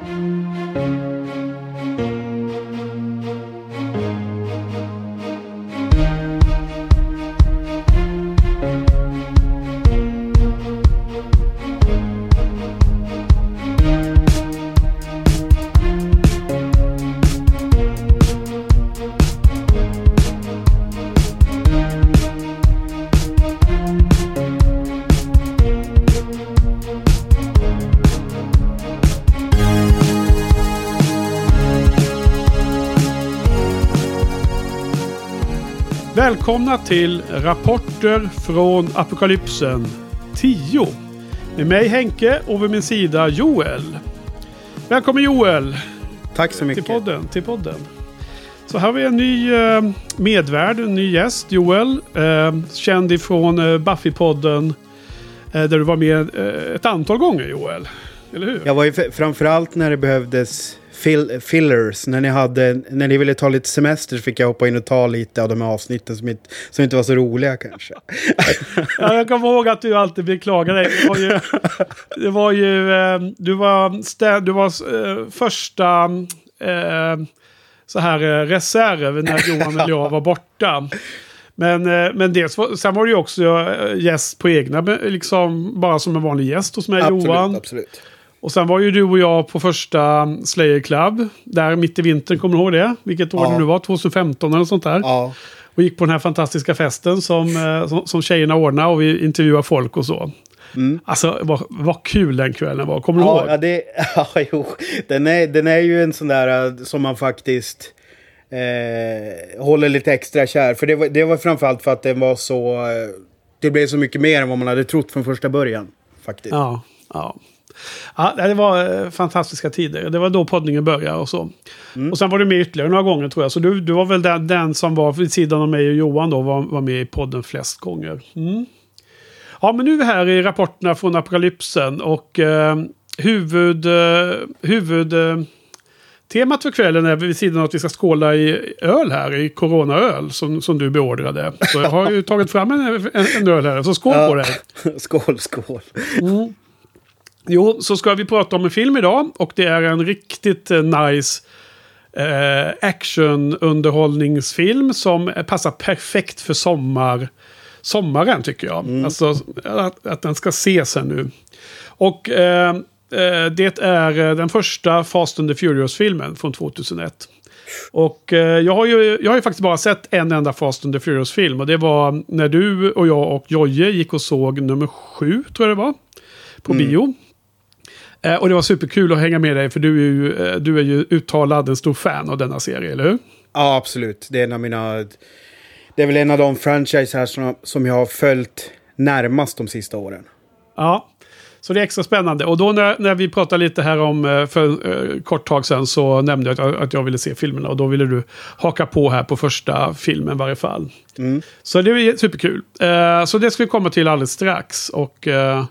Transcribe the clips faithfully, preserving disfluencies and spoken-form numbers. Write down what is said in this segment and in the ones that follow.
Välkomna till Rapporter från Apokalypsen tio. Med mig Henke och vid min sida Joel. Välkommen Joel. Tack så mycket. Till podden. Till podden. Så här har vi en ny eh, medvärd, en ny gäst, Joel. Eh, känd ifrån eh, Buffy-podden. Eh, där du var med eh, ett antal gånger, Joel. Eller hur? Jag var ju f- framförallt när det behövdes fill- fillers. När ni, hade, när ni ville ta lite semester så fick jag hoppa in och ta lite av de här avsnitten som inte, som inte var så roliga kanske. Ja, jag kommer ihåg att du alltid beklagade dig. Det var ju... Det var ju eh, du var, stä- du var eh, första... Eh, så här eh, reserv när Johan och jag var borta. Men, eh, men det, sen var det ju också eh, gäst på egna, liksom bara som en vanlig gäst hos mig, absolut, Johan. Absolut. Och sen var ju du och jag på första Slayer Club, där mitt i vintern, kommer du ihåg det? Vilket år ja. det nu var, tjugohundrafemton eller sånt där. Ja. Och gick på den här fantastiska festen som, eh, som, som tjejerna ordnade och vi intervjuade folk och så. Mm. Alltså, vad, vad kul den kvällen var. Kommer du ja, ihåg? Ja, det, ja, jo. Den är, den är ju en sån där som man faktiskt eh, håller lite extra kär. För det var, det var framförallt för att den var så... Eh, det blev så mycket mer än vad man hade trott från första början, faktiskt. Ja, ja. Ja, det var fantastiska tider. Det var då poddningen började och så. Mm. Och sen var du med ytterligare några gånger, tror jag. Så du, du var väl den, den som var vid sidan av mig och Johan då, var, var med i podden flest gånger. Mm. Ja, men nu är vi här i rapporterna från Apokalypsen. Och eh, huvud... Eh, huvud eh, temat för kvällen är vid sidan av att vi ska skåla i öl här. I coronaöl som, som du beordrade. Så jag har ju tagit fram en, en, en öl här. Så skål ja. på dig. Skål, skål. Mm. Jo, så ska vi prata om en film idag. Och det är en riktigt eh, nice eh, action-underhållningsfilm som passar perfekt för sommar, sommaren, tycker jag. Mm. Alltså att, att den ska ses här nu. Och eh, det är den första Fast and the Furious-filmen från tvåtusenett. Och eh, jag, har ju, jag har ju faktiskt bara sett en enda Fast and the Furious-film. Och det var när du och jag och Jojje gick och såg nummer sju, tror jag det var. På mm. bio. Eh, och det var superkul att hänga med dig, för du är ju, eh, du är ju uttalad en stor fan av denna serie, eller hur? Ja, absolut. Det är en av mina... Det är väl en av de franchise här som, som jag har följt närmast de sista åren. Ja, så det är extra spännande. Och då när, när vi pratade lite här om för eh, kort tag sedan, så nämnde jag att, att jag ville se filmerna. Och då ville du haka på här på första filmen i varje fall. Mm. Så det är superkul. Eh, så det ska vi komma till alldeles strax. Och... Eh,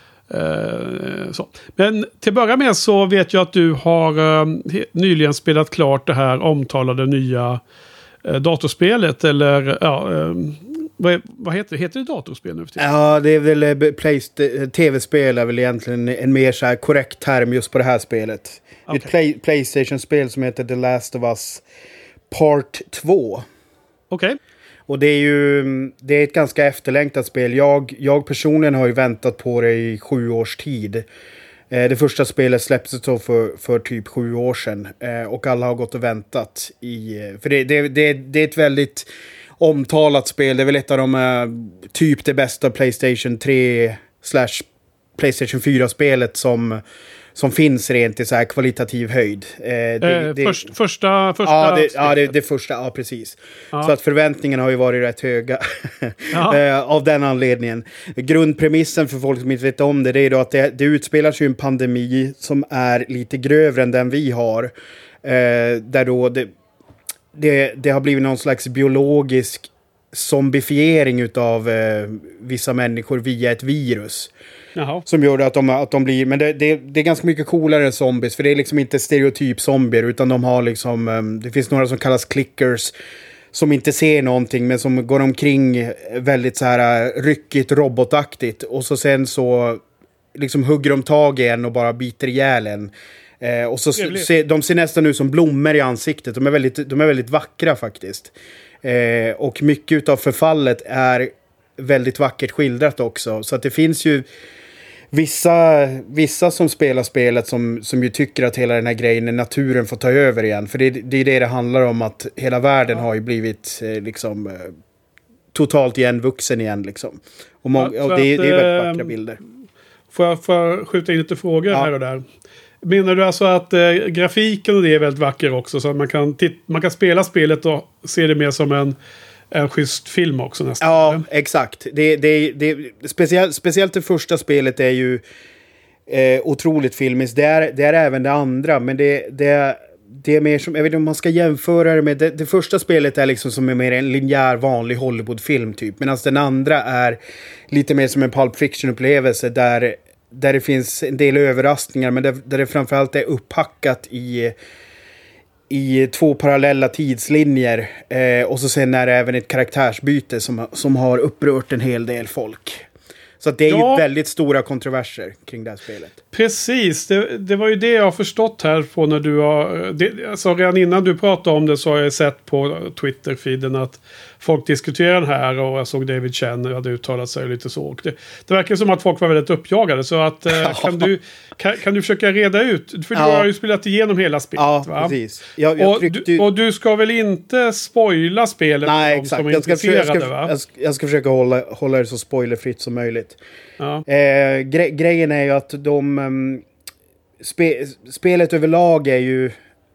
Uh, så. Men till att börja med så vet jag att du har uh, nyligen spelat klart det här omtalade nya uh, datorspelet, eller ja, uh, vad, vad heter det? Heter det datorspel nu för tiden? Ja, det är väl Playst- tv-spel är väl egentligen en mer så här korrekt term just på det här spelet. Okay. Ett play- PlayStation-spel som heter The Last of Us Part två. Okej. Okay. Och det är ju det är ett ganska efterlängtat spel. Jag, jag personligen har ju väntat på det i sju års tid. Eh, det första spelet släpptes så för, för typ sju år sedan. Eh, och alla har gått och väntat. I, för det, det, det, det är ett väldigt omtalat spel. Det är väl ett av de eh, typ det bästa PlayStation tre slash PlayStation fyra-spelet som... som finns rent i så här kvalitativ höjd. Eh, det, eh, det, först, första... första ja, det, ja det, det första. Ja, precis. Ja. Så att förväntningarna har ju varit rätt höga. eh, av den anledningen. Grundpremissen för folk som inte vet om det, det är då att det, det utspelar sig en pandemi som är lite grövre än den vi har. Eh, där då det, det, det har blivit någon slags biologisk zombifiering utav eh, vissa människor via ett virus. Jaha. Som gör att de, att de blir... Men det, det, det är ganska mycket coolare än zombies. För det är liksom inte stereotyp zombier. Utan de har liksom... Um, det finns några som kallas clickers. Som inte ser någonting. Men som går omkring väldigt så här ryckigt, robotaktigt. Och så sen så... liksom hugger de tag i en och bara biter ihjäl en. Eh, och så se, de ser nästan ut som blommor i ansiktet. De är väldigt, de är väldigt vackra faktiskt. Eh, och mycket av förfallet är väldigt vackert skildrat också. Så att det finns ju vissa, vissa som spelar spelet som, som ju tycker att hela den här grejen är naturen får ta över igen. För det, det är det det handlar om, att hela världen har ju blivit eh, liksom eh, totalt igenvuxen igen liksom. Och, må- ja, och det, att, det är väldigt vackra bilder. Får jag, får jag skjuta in lite frågor ja. här och där? Menar du alltså att eh, grafiken och det är väldigt vacker också, så att man kan, tit- man kan spela spelet och se det mer som en, en schysst film också nästan? Ja, eller? exakt. Det, det, det, speciellt, speciellt det första spelet är ju eh, otroligt filmiskt. Det är, det är även det andra, men det, det, det är mer som, jag vet inte om man ska jämföra det med, det, det första spelet är liksom som en mer en linjär vanlig Hollywoodfilm typ, medan den andra är lite mer som en Pulp Fiction-upplevelse där Där det finns en del överraskningar, men där, där det framförallt är upphackat i, i två parallella tidslinjer. Eh, och så sen är det även ett karaktärsbyte som, som har upprört en hel del folk. Så att det är ja. ju väldigt stora kontroverser kring det här spelet. Precis, det, det var ju det jag har förstått här på när du har... Det, alltså redan innan du pratade om det så har jag sett på Twitter-feeden att folk diskuterar den här, och jag såg David Chen hade uttalat sig lite så. Det, det verkar som att folk var väldigt uppjagade, så att ja. kan, du, kan, kan du försöka reda ut? För ja. du har ju spelat igenom hela spelet, ja, va? Precis. Jag, jag och, du, och du ska väl inte spoila spelet? Nej, för de exakt. som är jag, ska intresserade, försöka, va? jag, ska, jag ska försöka hålla, hålla det så spoilerfritt som möjligt. Ja. Eh, gre- grejen är ju att de... Um, spe, spelet överlag är ju...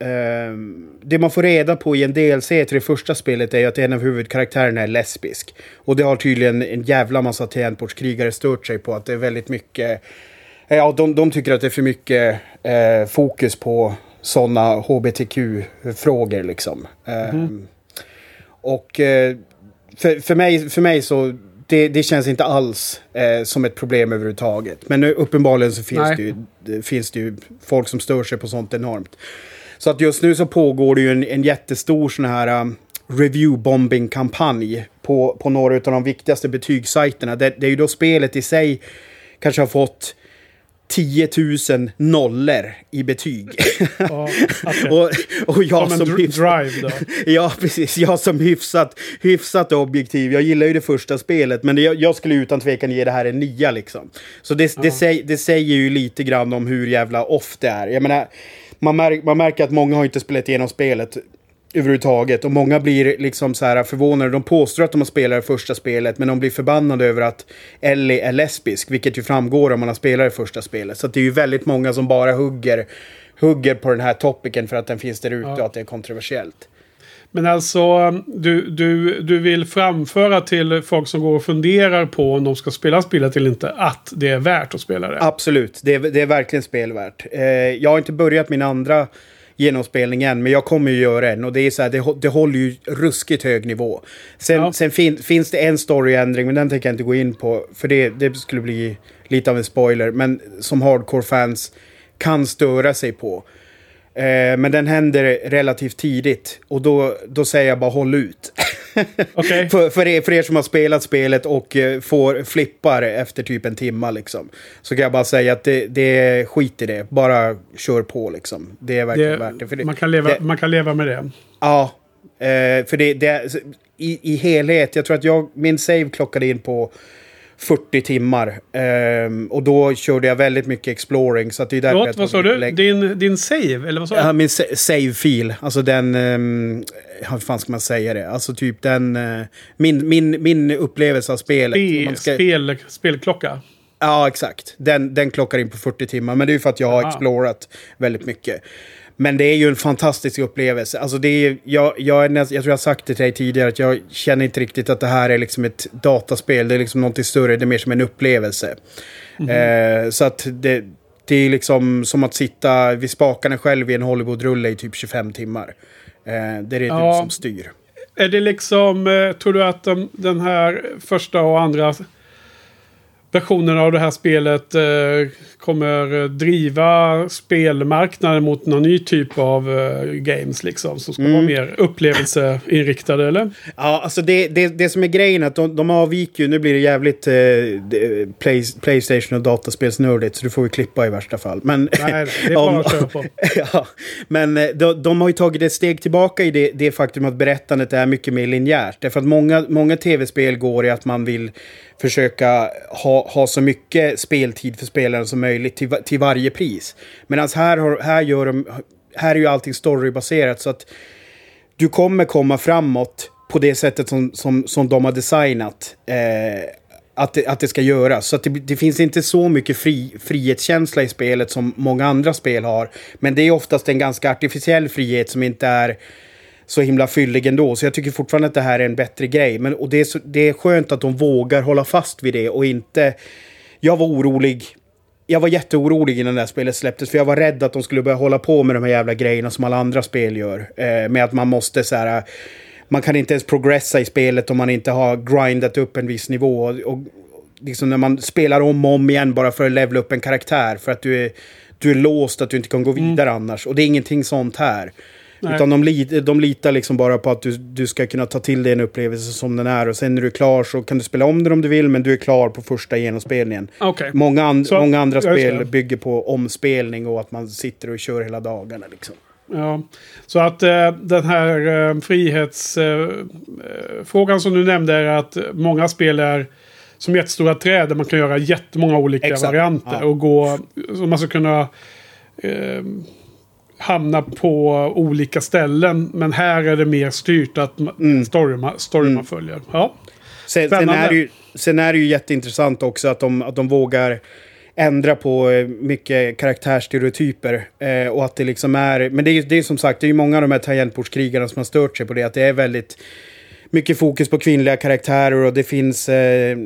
Um, det man får reda på i en D L C till det första spelet är ju att en av huvudkaraktärerna är lesbisk. Och det har tydligen en jävla massa tangentbordskrigare stört sig på, att det är väldigt mycket... Ja, de, de tycker att det är för mycket eh, fokus på sådana H B T Q-frågor liksom. Mm. Um, och eh, för, för, mig, för mig så... Det, det känns inte alls eh, som ett problem överhuvudtaget. Men nu, uppenbarligen så finns det, ju, det finns det ju folk som stör sig på sånt enormt. Så att just nu så pågår det ju en, en jättestor sån här um, review-bombing-kampanj på, på några av de viktigaste betygssajterna. Det, det är ju då spelet i sig kanske har fått tio tusen nollor i betyg. Ja, okay. och, och jag som, som hyfsat, drive då. Ja, precis. Jag som hyfsat, hyfsat objektiv. Jag gillar ju det första spelet, men det, jag, jag skulle utan tvekan ge det här en nia liksom. Så det, ja. det, säg, det säger ju lite grann om hur jävla off det är. Jag menar, man, mär, man märker att många har inte spelat igenom spelet överhuvudtaget, och många blir liksom så här förvånade. De påstår att de har spelat det första spelet, men de blir förbannade över att Ellie är lesbisk, vilket ju framgår om man har spelat det första spelet. Så det är ju väldigt många som bara hugger hugger på den här topicen för att den finns där ute, ja. Och att det är kontroversiellt. Men alltså, du, du, du vill framföra till folk som går och funderar på om de ska spela spelet eller inte, att det är värt att spela det? Absolut, det är, det är verkligen spelvärt. Eh, jag har inte börjat min andra genomspelning än, men jag kommer ju göra en, och det är så här, det, det håller ju ruskigt hög nivå. Sen, ja. sen fin, finns det en storyändring, men den tänker jag inte gå in på, för det, det skulle bli lite av en spoiler, men som hardcore-fans kan störa sig på. Eh, men den händer relativt tidigt, och då, då säger jag bara håll ut. Okay. för, för, er, för er som har spelat spelet och uh, får flippar efter typ en timma liksom, så kan jag bara säga att det, det är skit i det. Bara kör på liksom. Det är verkligen det, värt det, för det. Man kan leva, det, man kan leva med det. Ja, uh, för det, det i, i helhet, jag tror att jag, min save klockade in på fyrtio timmar. Um, och då körde jag väldigt mycket exploring. Så att det är därför Låt, vad sa du? Din, din save? Eller vad sa du? Ja, min sa- save-fil. Alltså den... Um, hur fan ska man säga det? Alltså typ den... Uh, min, min, min upplevelse av spelet. Spe, man ska... spel, spelklocka? Ja, exakt. Den, den klockar in på fyrtio timmar. Men det är ju för att jag har Aha. explorat väldigt mycket. Men det är ju en fantastisk upplevelse. Alltså det är, jag, jag, är näst, jag tror jag har sagt det till dig tidigare, att jag känner inte riktigt att det här är liksom ett dataspel. Det är liksom något större, det är mer som en upplevelse. Mm-hmm. Eh, så att det, det är liksom som att sitta vid spakarna själv i en Hollywood-rulle i typ tjugofem timmar. Eh, det är det ja. du som styr. Är det liksom, tror du att de, den här första och andra versionen av det här spelet eh, kommer driva spelmarknaden mot någon ny typ av eh, games liksom. Som ska mm. vara mer upplevelseinriktade, eller? Ja, alltså det, det, det som är grejen är att de, de avviker ju, nu blir det jävligt eh, play, PlayStation och dataspelsnördigt, så du får ju klippa i värsta fall. Men, nej, det är bara om, att köra på. Ja, men de, de har ju tagit ett steg tillbaka i det, det faktum att berättandet är mycket mer linjärt. Därför att många, många tv-spel går i att man vill försöka ha, ha så mycket speltid för spelaren som möjligt till, till varje pris. Medan här, har, här, gör de, här är ju allting storybaserat, så att du kommer komma framåt på det sättet som, som, som de har designat eh, att, det, att det ska göras. Så att det, det finns inte så mycket fri, frihetskänsla i spelet som många andra spel har. Men det är oftast en ganska artificiell frihet som inte är så himla fyllig ändå. Så jag tycker fortfarande att det här är en bättre grej. Men, och det är, så, det är skönt att de vågar hålla fast vid det och inte... Jag var orolig... Jag var jätteorolig innan det här spelet släpptes, för jag var rädd att de skulle börja hålla på med de här jävla grejerna som alla andra spel gör. Eh, med att man måste så här... Man kan inte ens progressa i spelet om man inte har grindat upp en viss nivå. Och, och liksom när man spelar om och om igen bara för att levela upp en karaktär. För att du är, du är låst, att du inte kan gå vidare mm. annars. Och det är ingenting sånt här. Nej. Utan de, lit, de litar liksom bara på att du, du ska kunna ta till dig en upplevelse som den är. Och sen när du är klar så kan du spela om den om du vill, men du är klar på första genomspelningen. Okay. Många, and, så, många andra spel bygger på omspelning och att man sitter och kör hela dagarna liksom. Ja, så att eh, den här eh, frihetsfrågan eh, som du nämnde är att många spel är som jättestora träd där man kan göra jättemånga olika Exakt. varianter ja. och gå, så man ska kunna eh, hamna på olika ställen, men här är det mer styrt att mm. story, man, story mm. man följer. Ja. Sen, sen, är det ju, sen är det ju jätteintressant också att de, att de vågar ändra på mycket karaktärsstereotyper eh, och att det liksom är, men det är, det är som sagt, det är ju många av de här tangentbordskrigarna som har stört sig på det, att det är väldigt mycket fokus på kvinnliga karaktärer och det finns eh,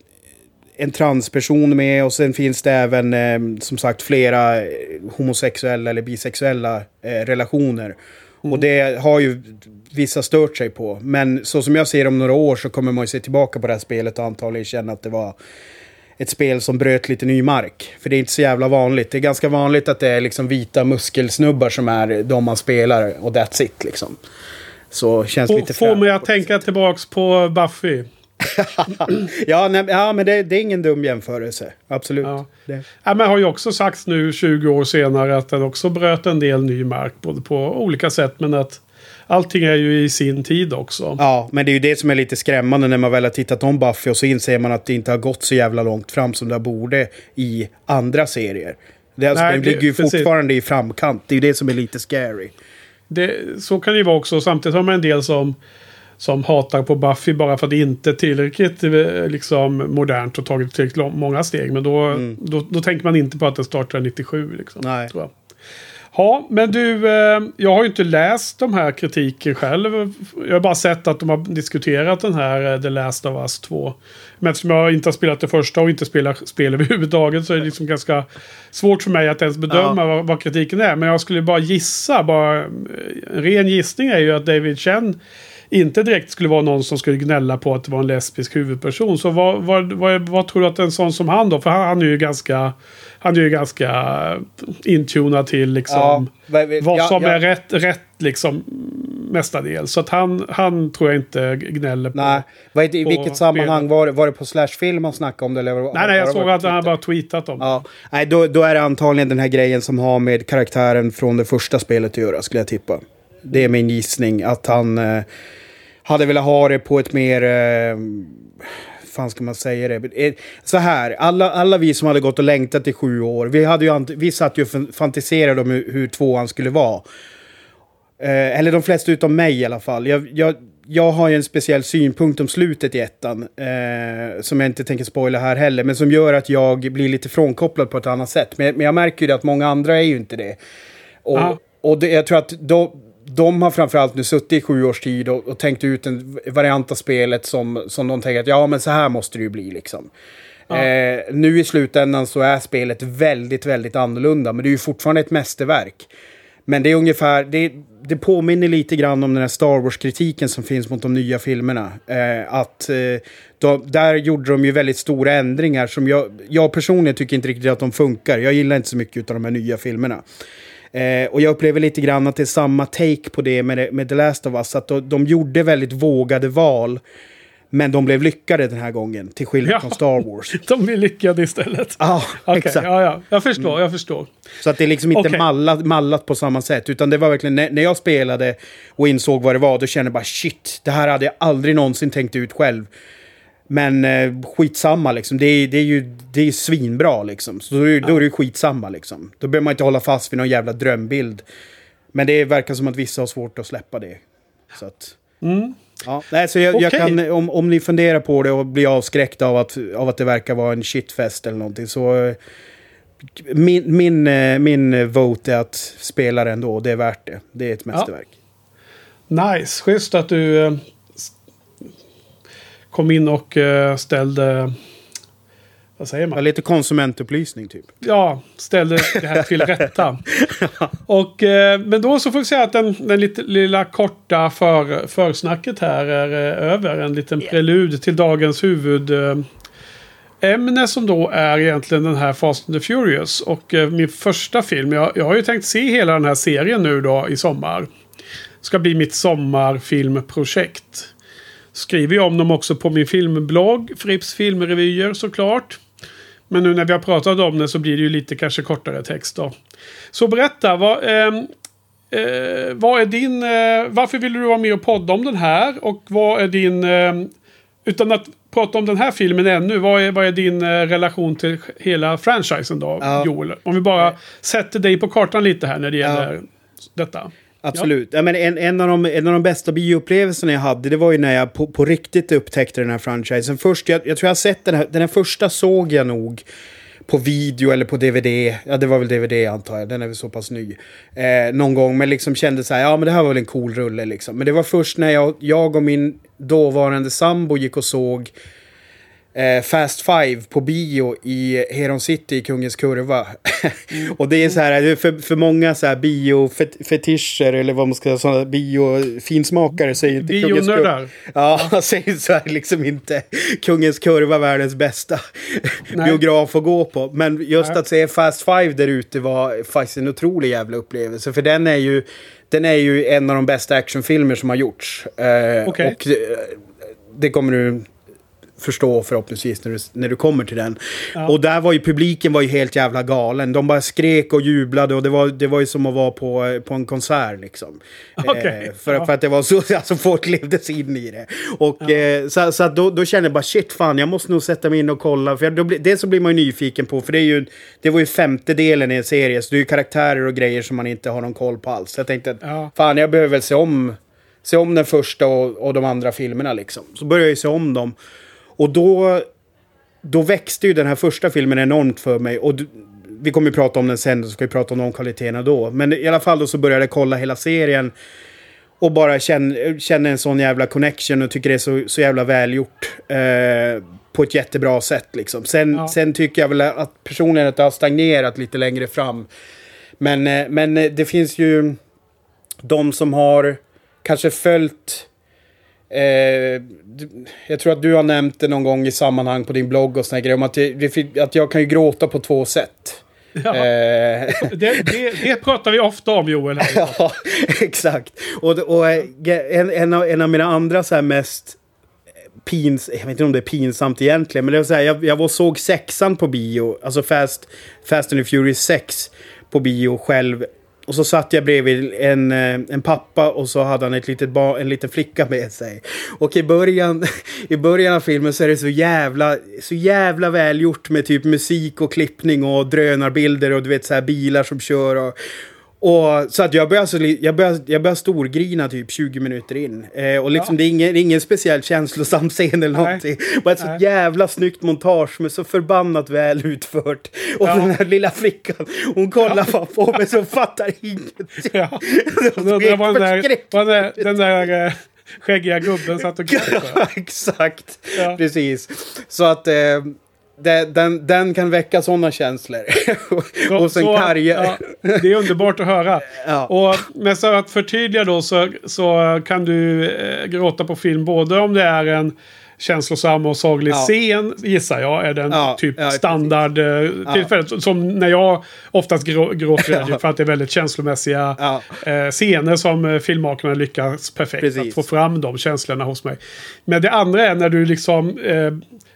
en transperson med och sen finns det även eh, som sagt flera homosexuella eller bisexuella eh, relationer. Mm. Och det har ju vissa stört sig på, men så som jag ser om några år så kommer man ju se tillbaka på det här spelet och antagligen känna att det var ett spel som bröt lite ny mark. För det är inte så jävla vanligt. Det är ganska vanligt att det är liksom vita muskelsnubbar som är de man spelar. Och that's it liksom. Så känns F- lite... Får mig att tänka sätt. tillbaks på Buffy. ja, nej, ja, men det, det är ingen dum jämförelse. Absolut. Ja. Det. Ja, men har ju också sagt nu tjugo år senare att den också bröt en del ny mark. Både på olika sätt, men att allting är ju i sin tid också. Ja, men det är ju det som är lite skrämmande när man väl har tittat om Buffy och så inser man att det inte har gått så jävla långt fram som det borde i andra serier. Det, alltså, Nej, den ligger ju precis. fortfarande i framkant. Det är ju det som är lite scary. Det, så kan det ju vara också. Samtidigt har man en del som, som hatar på Buffy bara för att det inte är tillräckligt liksom, modernt och tagit tillräckligt många steg. Men då, mm. då, då tänker man inte på att det startar nittiosju. Liksom, Nej. Tror jag. Ja, men du, eh, jag har ju inte läst de här kritiken själv. Jag har bara sett att de har diskuterat den här eh, The Last of Us två. Men eftersom jag inte har spelat det första och inte spelar spel överhuvudtaget så är det liksom ganska svårt för mig att ens bedöma ja. vad, vad kritiken är. Men jag skulle bara gissa, bara en ren gissning är ju att David Chen inte direkt skulle vara någon som skulle gnälla på att det var en lesbisk huvudperson. Så vad, vad, vad, vad tror du att en sån som han då? För han, han är ju ganska... Han är ju ganska intunad till liksom ja, vad ja, som ja. är rätt, rätt liksom mestadels. Så att han, han tror jag inte gnäller på. Nej, vad, i vilket sammanhang var det? Var det på Slashfilm han snackade om det? Eller nej, nej, jag såg att han bara tweetat om ja. Nej, då, då är det antagligen den här grejen som har med karaktären från det första spelet att göra, skulle jag tippa. Det är min gissning att han eh, hade velat ha det på ett mer... Eh, fan ska man säga det? Så här, alla, alla vi som hade gått och längtat i sju år, vi, hade ju, vi satt ju och fantiserade om hur, hur tvåan skulle vara. Eh, eller de flesta utom mig i alla fall. Jag, jag, jag har ju en speciell synpunkt om slutet i ettan, eh, som jag inte tänker spoila här heller, men som gör att jag blir lite frånkopplad på ett annat sätt. Men, men jag märker ju att många andra är ju inte det. Och, och det, jag tror att då... De har framförallt nu suttit i sju års tid och, och tänkt ut en variant av spelet som, som de tänker att ja, men så här måste det ju bli liksom. Ja. Eh, nu i slutändan så är spelet väldigt, väldigt annorlunda, men det är ju fortfarande ett mästerverk. Men det är ungefär, det, det påminner lite grann om den här Star Wars-kritiken som finns mot de nya filmerna. Eh, att eh, då, där gjorde de ju väldigt stora ändringar som jag, jag personligen tycker inte riktigt att de funkar. Jag gillar inte så mycket av de här nya filmerna. Eh, och jag upplever lite grann att det är samma take på det med, med The Last of Us. Att de, de gjorde väldigt vågade val. Men de blev lyckade den här gången, till skillnad ja, från Star Wars. De blev lyckade istället. Ja, okay, exakt. Ja, ja. Jag förstår, mm. jag förstår. Så att det är liksom inte okay. mallat, mallat på samma sätt. Utan det var verkligen, när, när jag spelade och insåg vad det var, då kände jag bara shit, det här hade jag aldrig någonsin tänkt ut själv. Men eh, skitsamma liksom, det är, det är ju det är svinbra liksom. Så då, är, då är det ju skitsamma liksom. Då behöver man inte hålla fast vid någon jävla drömbild. Men det verkar som att vissa har svårt att släppa det. Så att... Mm. Ja, nej, så jag, okay. jag kan, om, om ni funderar på det och blir avskräckta av att, av att det verkar vara en shitfest eller någonting, så min, min, min vote är att spela det ändå, det är värt det. Det är ett mästerverk. Ja. Nice, schysst att du eh, kom in och eh, ställde... Vad säger man? Ja, lite konsumentupplysning typ. Ja, ställde det här till rätta. Och, eh, men då så får vi säga att den, den lite, lilla korta för, försnacket här är eh, över. En liten yeah. prelud till dagens huvudämne eh, som då är egentligen den här Fast and the Furious. Och eh, min första film, jag, jag har ju tänkt se hela den här serien nu då i sommar. Ska bli mitt sommarfilmprojekt. Skriver jag om dem också på min filmblogg, Fripps filmrevyer såklart. Men nu när vi har pratat om det så blir det ju lite kanske kortare text då. Så berätta, vad, eh, eh, vad är din... Eh, varför vill du vara med och podda om den här? Och vad är din... Eh, utan att prata om den här filmen ännu, vad är, vad är din eh, relation till hela franchisen då, ja. Joel? Om vi bara sätter dig på kartan lite här när det gäller ja. detta. Absolut. Ja. Ja, men en, en, av de, en av de bästa bioupplevelserna jag hade, det var ju när jag på, på riktigt upptäckte den här franchisen. Först, jag, jag tror jag har sett den här, den här första såg jag nog på video eller på D V D. Ja, det var väl D V D antar jag. Den är väl så pass ny. Eh, någon gång, men liksom kände så här, ja men det här var väl en cool rulle liksom. Men det var först när jag, jag och min dåvarande sambo gick och såg Eh, Fast Five på bio i Heron City i Kungens Kurva. Mm. Och det är så här, för, för många så här bio-fetischer eller vad man ska säga, sådana bio-finsmakare säger inte Kungens Kurva. Ja, ja. Säger så här liksom inte Kungens Kurva världens bästa biograf att gå på. Men just Nej. Att se Fast Five där ute var faktiskt en otrolig jävla upplevelse. För den är ju, den är ju en av de bästa actionfilmer som har gjorts. Eh, okay. Och det, det kommer du förstå förhoppningsvis när du, när du kommer till den. Ja. Och där var ju publiken var ju helt jävla galen. De bara skrek och jublade och det var, det var ju som att vara på, på en konsert liksom. Okay. Eh, för, ja. för att det var så, alltså folk levde sig in i det. Och ja. eh, så, så att då, då kände jag bara shit fan, jag måste nog sätta mig in och kolla. För då, det så blir man ju nyfiken på, för det är ju, det var ju femte delen i en serie, så det är ju karaktärer och grejer som man inte har någon koll på alls. Så jag tänkte att ja. fan, jag behöver väl se om, se om den första och, och de andra filmerna liksom. Så började jag ju se om dem. Och då, då växte ju den här första filmen enormt för mig. Och vi kommer ju prata om den sen, så ska vi prata om de kvaliteterna då. Men i alla fall då så började jag kolla hela serien. Och bara känna, känna en sån jävla connection och tycker det är så, så jävla välgjort. Eh, på ett jättebra sätt liksom. Sen, ja. sen tycker jag väl att personligen att det har stagnerat lite längre fram. Men, eh, men det finns ju de som har kanske följt... Eh, jag tror att du har nämnt det någon gång i sammanhang på din blogg och såna grejer om att, det, att jag kan ju gråta på två sätt. Ja, eh. det, det, det pratar vi ofta om, Joel. Här. Ja, exakt. Och, och en, en, av, en av mina andra så här mest pins, jag vet inte om det är pinsamt egentligen, men det var så här, jag, jag var och såg sexan på bio, alltså Fast, Fast and the Furious sex på bio själv. Och så satt jag bredvid en, en pappa och så hade han ett litet ba- en liten flicka med sig. Och i början, i början av filmen så är det så jävla, så jävla välgjort med typ musik och klippning och drönarbilder och du vet så här bilar som kör och... Och så att jag började, så, jag började, jag började storgrina typ tjugo minuter in. Eh, och liksom ja. det är ingen, det är ingen speciell känslosam scen eller någonting. Bara ett så jävla snyggt montage med så förbannat väl utfört. Och ja. den här lilla flickan, hon kollar ja. på mig så fattar ingenting. Ja. det, det var den där, var den, den där äh, skäggiga gubben satt och grät. Ja, exakt. Ja. Precis. Så att... Eh, Den, den, den kan väcka sådana känslor. Så, och sen så, karge. Ja, det är underbart att höra. Ja. Och men så att förtydliga då så, så kan du eh, gråta på film både om det är en känslosam och saglig ja. scen, gissar jag, är den ja, typ ja, standard eh, tillfället. Ja. Som när jag oftast grå, gråter ja. för att det är väldigt känslomässiga ja. eh, scener som eh, filmmakarna lyckas perfekt Precis. att få fram de känslorna hos mig. Men det andra är när du liksom eh,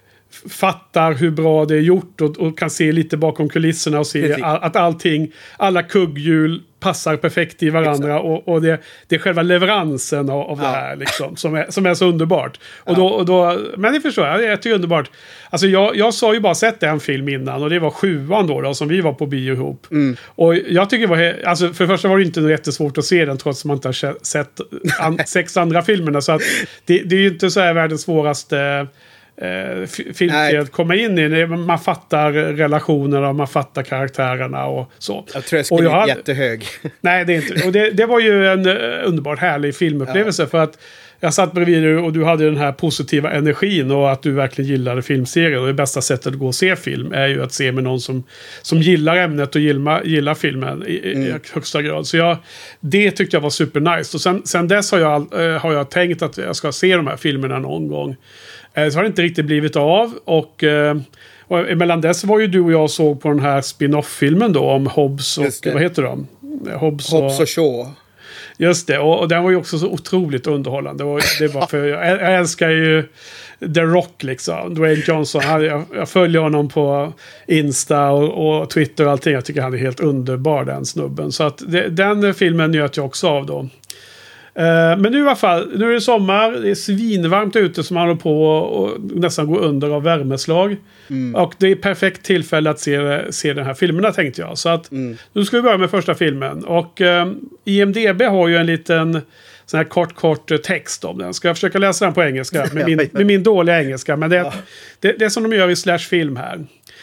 fattar hur bra det är gjort och, och kan se lite bakom kulisserna och se all, att allting, alla kugghjul passar perfekt i varandra och, och det, det är själva leveransen av, av ja. det här liksom, som, är, som är så underbart. Och ja. då, och då, men det förstår jag, det är ju underbart. Alltså jag, jag sa ju bara sett en film innan och det var sjuan då, då som vi var på bio ihop. Mm. Och jag tycker det var, alltså för det första var det inte jättesvårt att se den trots att man inte har sett an, sex andra filmerna. Så att det, det är ju inte så här världens svåraste Eh, film att komma in i. Man fattar relationerna, man fattar karaktärerna och så. Jag tror jag är hade... jättehög. Nej, det är inte. Och det, det var ju en uh, underbart härlig filmupplevelse ja. för att jag satt bredvid dig och du hade den här positiva energin och att du verkligen gillade filmserier. Och det bästa sättet att gå och se film är ju att se med någon som, som gillar ämnet och gillar, gillar filmen i, mm. i högsta grad. Så jag, det tyckte jag var supernice. Och sen, sen dess har jag, uh, har jag tänkt att jag ska se de här filmerna någon gång. Så har det inte riktigt blivit av. Och, och emellan dess var ju du och jag såg på den här spin-off-filmen då om Hobbs och... Vad heter de? Hobbs, Hobbs och, och Shaw. Just det. Och, och den var ju också så otroligt underhållande. Och det var för, jag, jag älskar ju The Rock liksom. Dwayne Johnson. Jag, jag följer honom på Insta och, och Twitter och allting. Jag tycker han är helt underbar, den snubben. Så att det, den filmen njöt jag också av då. Uh, men nu i alla fall, nu är det sommar, det är svinvarmt ute som man håller på och nästan går under av värmeslag. Mm. Och det är perfekt tillfälle att se, se den här filmerna tänkte jag. Så att mm. nu ska vi börja med första filmen. Och uh, I M D B har ju en liten sån här kort kort text om den. Ska jag försöka läsa den på engelska med min, med min dåliga engelska. Men det, ja. det, det är som de gör i Slash film här.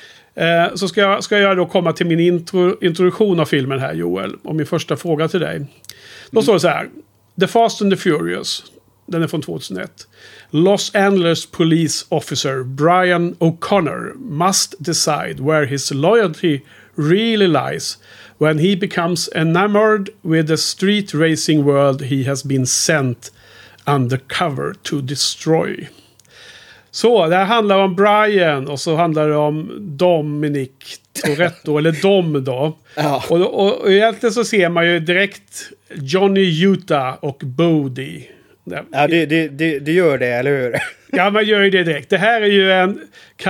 Uh, så ska jag, ska jag då komma till min intro, introduktion av filmen här, Joel. Och min första fråga till dig. Då mm. står det så här. The Fast and the Furious. Den är från tjugohundraett. Los Angeles Police Officer Brian O'Connor must decide where his loyalty really lies when he becomes enamored with the street racing world he has been sent undercover to destroy. Så, det här handlar om Brian och så handlar det om Dominic Toretto, eller Dom då. Ja. Och, och, och egentligen så ser man ju direkt Johnny Utah och Bodhi. Ja, det, det, det, det gör det, eller hur? Ja, man gör ju det direkt. Det här är ju en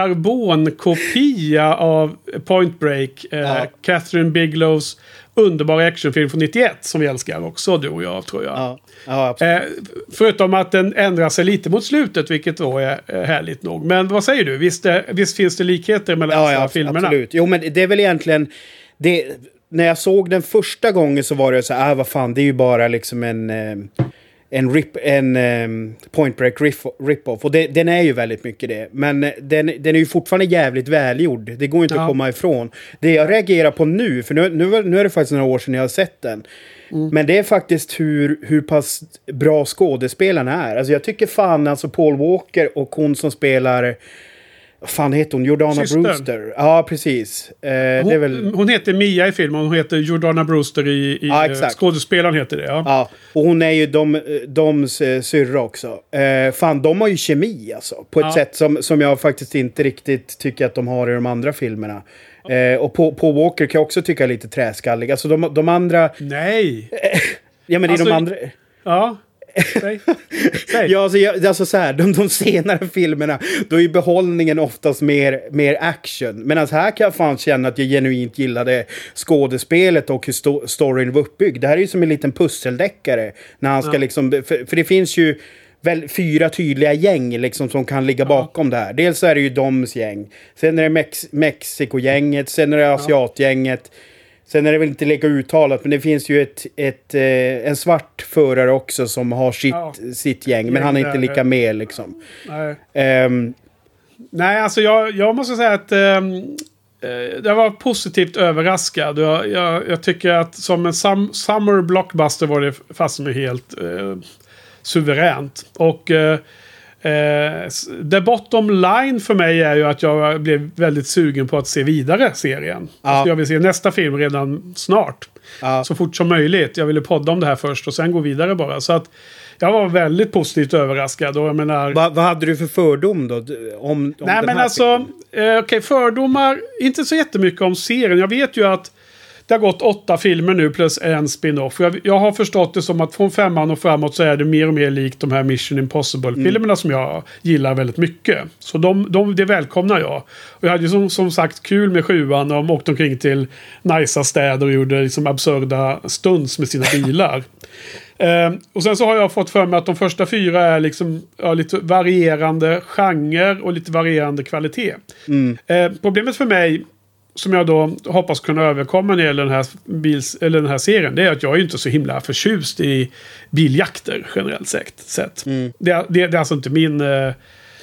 karbonkopia av Point Break. Ja. Eh, Catherine Biglows underbara actionfilm från nittioett som vi älskar också, du och jag, tror jag. Ja. Ja, absolut. Eh, förutom att den ändrar sig lite mot slutet, vilket då är eh, härligt nog. Men vad säger du? Visst, eh, visst finns det likheter mellan ja, de här ja, filmerna? Absolut. Jo, men det är väl egentligen... Det, när jag såg den första gången så var det så här, ah, vad fan, det är ju bara liksom en... Eh, en, rip, en um, Point Break riff, rip-off. Och det, den är ju väldigt mycket det. Men den, den är ju fortfarande jävligt välgjord. Det går inte ja. att komma ifrån. Det jag reagerar på nu, för nu, nu, nu är det faktiskt några år sedan jag har sett den. Mm. Men det är faktiskt hur, hur pass bra skådespelarna är. Alltså jag tycker fan, alltså Paul Walker och hon som spelar... Vad fan heter hon? Jordana Systern. Brewster. Ja, precis. Eh, hon, det är väl... hon heter Mia i filmen. Hon heter Jordana Brewster i, i ja, exakt. Skådespelaren heter det. Ja. ja, och hon är ju de, doms eh, syrra också. Eh, fan, de har ju kemi alltså. På ett ja. sätt som, som jag faktiskt inte riktigt tycker att de har i de andra filmerna. Eh, och på, på Walker kan jag också tycka är lite träskallig. Alltså de, de andra... Nej! ja, men det är alltså, de andra... Ja. Säg. Säg. Ja, alltså, jag, alltså så här, de, de senare filmerna, då är ju behållningen oftast mer, mer action. Men alltså här kan jag fan känna att jag genuint gillade skådespelet och hur sto- storyn var uppbyggd. Det här är ju som en liten pusseldeckare. När han ska ja. liksom, för, för det finns ju väl fyra tydliga gäng liksom, som kan ligga bakom ja. det här. Dels så är det ju Doms gäng. Sen är det Mex- Mexiko-gänget. Sen är det Asiatgänget. Sen är det väl inte lika uttalat, men det finns ju ett, ett, eh, en svart förare också som har sitt, ja. sitt gäng. Men han är inte lika med liksom. Nej, um, Nej alltså jag, jag måste säga att um, jag var positivt överraskad. Jag, jag, jag tycker att som en sum, summer blockbuster var det fast som är helt uh, suveränt. Och uh, Eh, the bottom line för mig är ju att jag blev väldigt sugen på att se vidare serien. Ja. Alltså jag vill se nästa film redan snart. Ja. Så fort som möjligt. Jag ville podda om det här först och sen gå vidare bara. Så att jag var väldigt positivt överraskad. Och jag menar, Va, vad hade du för fördom då? Om, om nej men alltså, eh, okej, okay, fördomar, inte så jättemycket om serien. Jag vet ju att det har gått åtta filmer nu plus en spin-off. Jag, jag har förstått det som att från femman och framåt så är det mer och mer likt de här Mission Impossible-filmerna mm. som jag gillar väldigt mycket. Så de, de, det välkomnar jag. Och jag hade ju som, som sagt kul med sjuan och de åkte omkring till najsa städer och gjorde liksom absurda stunts med sina bilar. Uh, och sen så har jag fått för mig att de första fyra är liksom ja, lite varierande genre och lite varierande kvalitet. Mm. Uh, problemet för mig, som jag då hoppas kunna överkomma när det gäller den här, bils, eller den här serien, det är att jag är ju inte så himla förtjust i biljakter generellt sett. Mm. Det, det, det är alltså inte min, uh,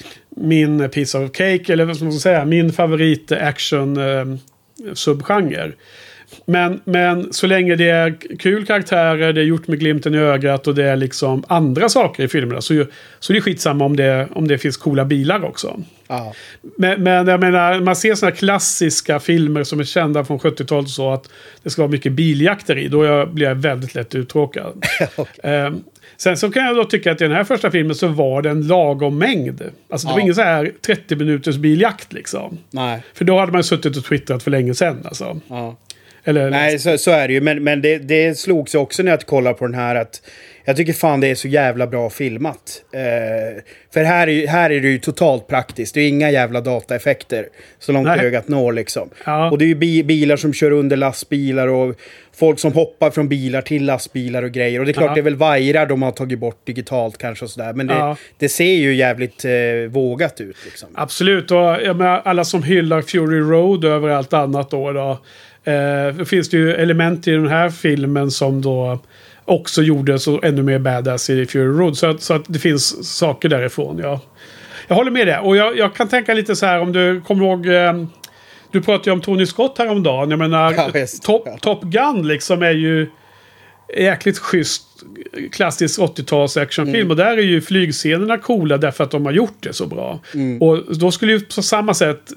min piece of cake, eller vad ska man säga, min favorit action uh, subgenre. Men, men så länge det är kul karaktärer, det är gjort med glimten i ögat och det är liksom andra saker i filmerna så, så det är skitsamma om det, om det finns coola bilar också. Ah. Men, men jag menar, man ser såna klassiska filmer som är kända från sjuttiotalet så att det ska vara mycket biljakter i, då jag, blir jag väldigt lätt uttråkad. Okay. Um, Sen så kan jag då tycka att i den här första filmen så var det en lagom mängd. Alltså det var ja. ingen så här trettio minuters biljakt liksom. Nej. För då hade man suttit och twittrat för länge sedan alltså. Ja. Eller, nej, så, så är det ju. Men, men det, det slogs också när jag kollar på den här att jag tycker fan det är så jävla bra filmat. Eh, för här är, här är det ju totalt praktiskt. Det är inga jävla dataeffekter så långt nej. ögat når liksom. Ja. Och det är ju bi- bilar som kör under lastbilar och folk som hoppar från bilar till lastbilar och grejer. Och det är klart ja. det är väl vajrar de har tagit bort digitalt kanske och sådär. Men det, ja. det ser ju jävligt eh, vågat ut liksom. Absolut. Och jag menar, alla som hyllar Fury Road över allt annat då då. Eh, finns det ju element i den här filmen som då också gjorde så ännu mer badass i Fury Road. Så att, så att det finns saker därifrån. Ja. Jag håller med det. Och jag, jag kan tänka lite så här om du kommer ihåg... Eh, du pratade ju om Tony Scott häromdagen. Jag menar, ja, Top, Top Gun liksom är ju jäkligt schysst klassisk åttio-tals actionfilm. Mm. Och där är ju flygscenerna coola därför att de har gjort det så bra. Mm. Och då skulle ju på samma sätt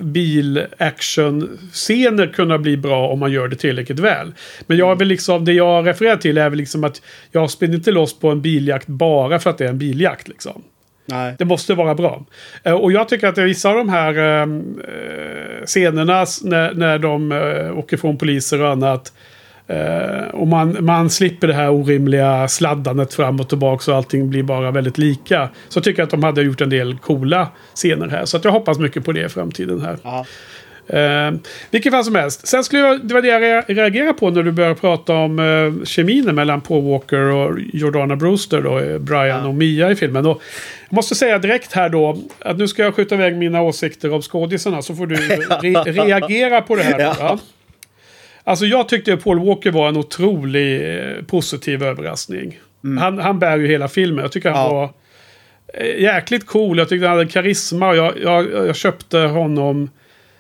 bil-action-scener kunna bli bra om man gör det tillräckligt väl. Men jag vill liksom, det jag refererar till är väl liksom att jag spelar inte loss på en biljakt bara för att det är en biljakt liksom. Nej. Det måste vara bra. Uh, och jag tycker att vissa av de här uh, scenerna när, när de uh, åker från poliser och annat uh, och man, man slipper det här orimliga sladdandet fram och tillbaka så allting blir bara väldigt lika. Så tycker jag att de hade gjort en del coola scener här. Så att jag hoppas mycket på det i framtiden här. Ja. Uh, vilket fall som helst. Sen skulle jag, det var det jag reagerade på när du började prata om uh, kemin mellan Paul Walker och Jordana Brewster då, Brian ja. och Mia i filmen. Och jag måste säga direkt här då att nu ska jag skjuta iväg mina åsikter om skådisarna så får du re- reagera på det här. Ja. Ja. Alltså jag tyckte att Paul Walker var en otrolig eh, positiv överraskning. Mm. Han, han bär ju hela filmen. Jag tycker han ja. var eh, jäkligt cool. Jag tyckte han hade karisma och jag, jag, jag köpte honom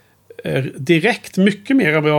direkt mycket mer än vad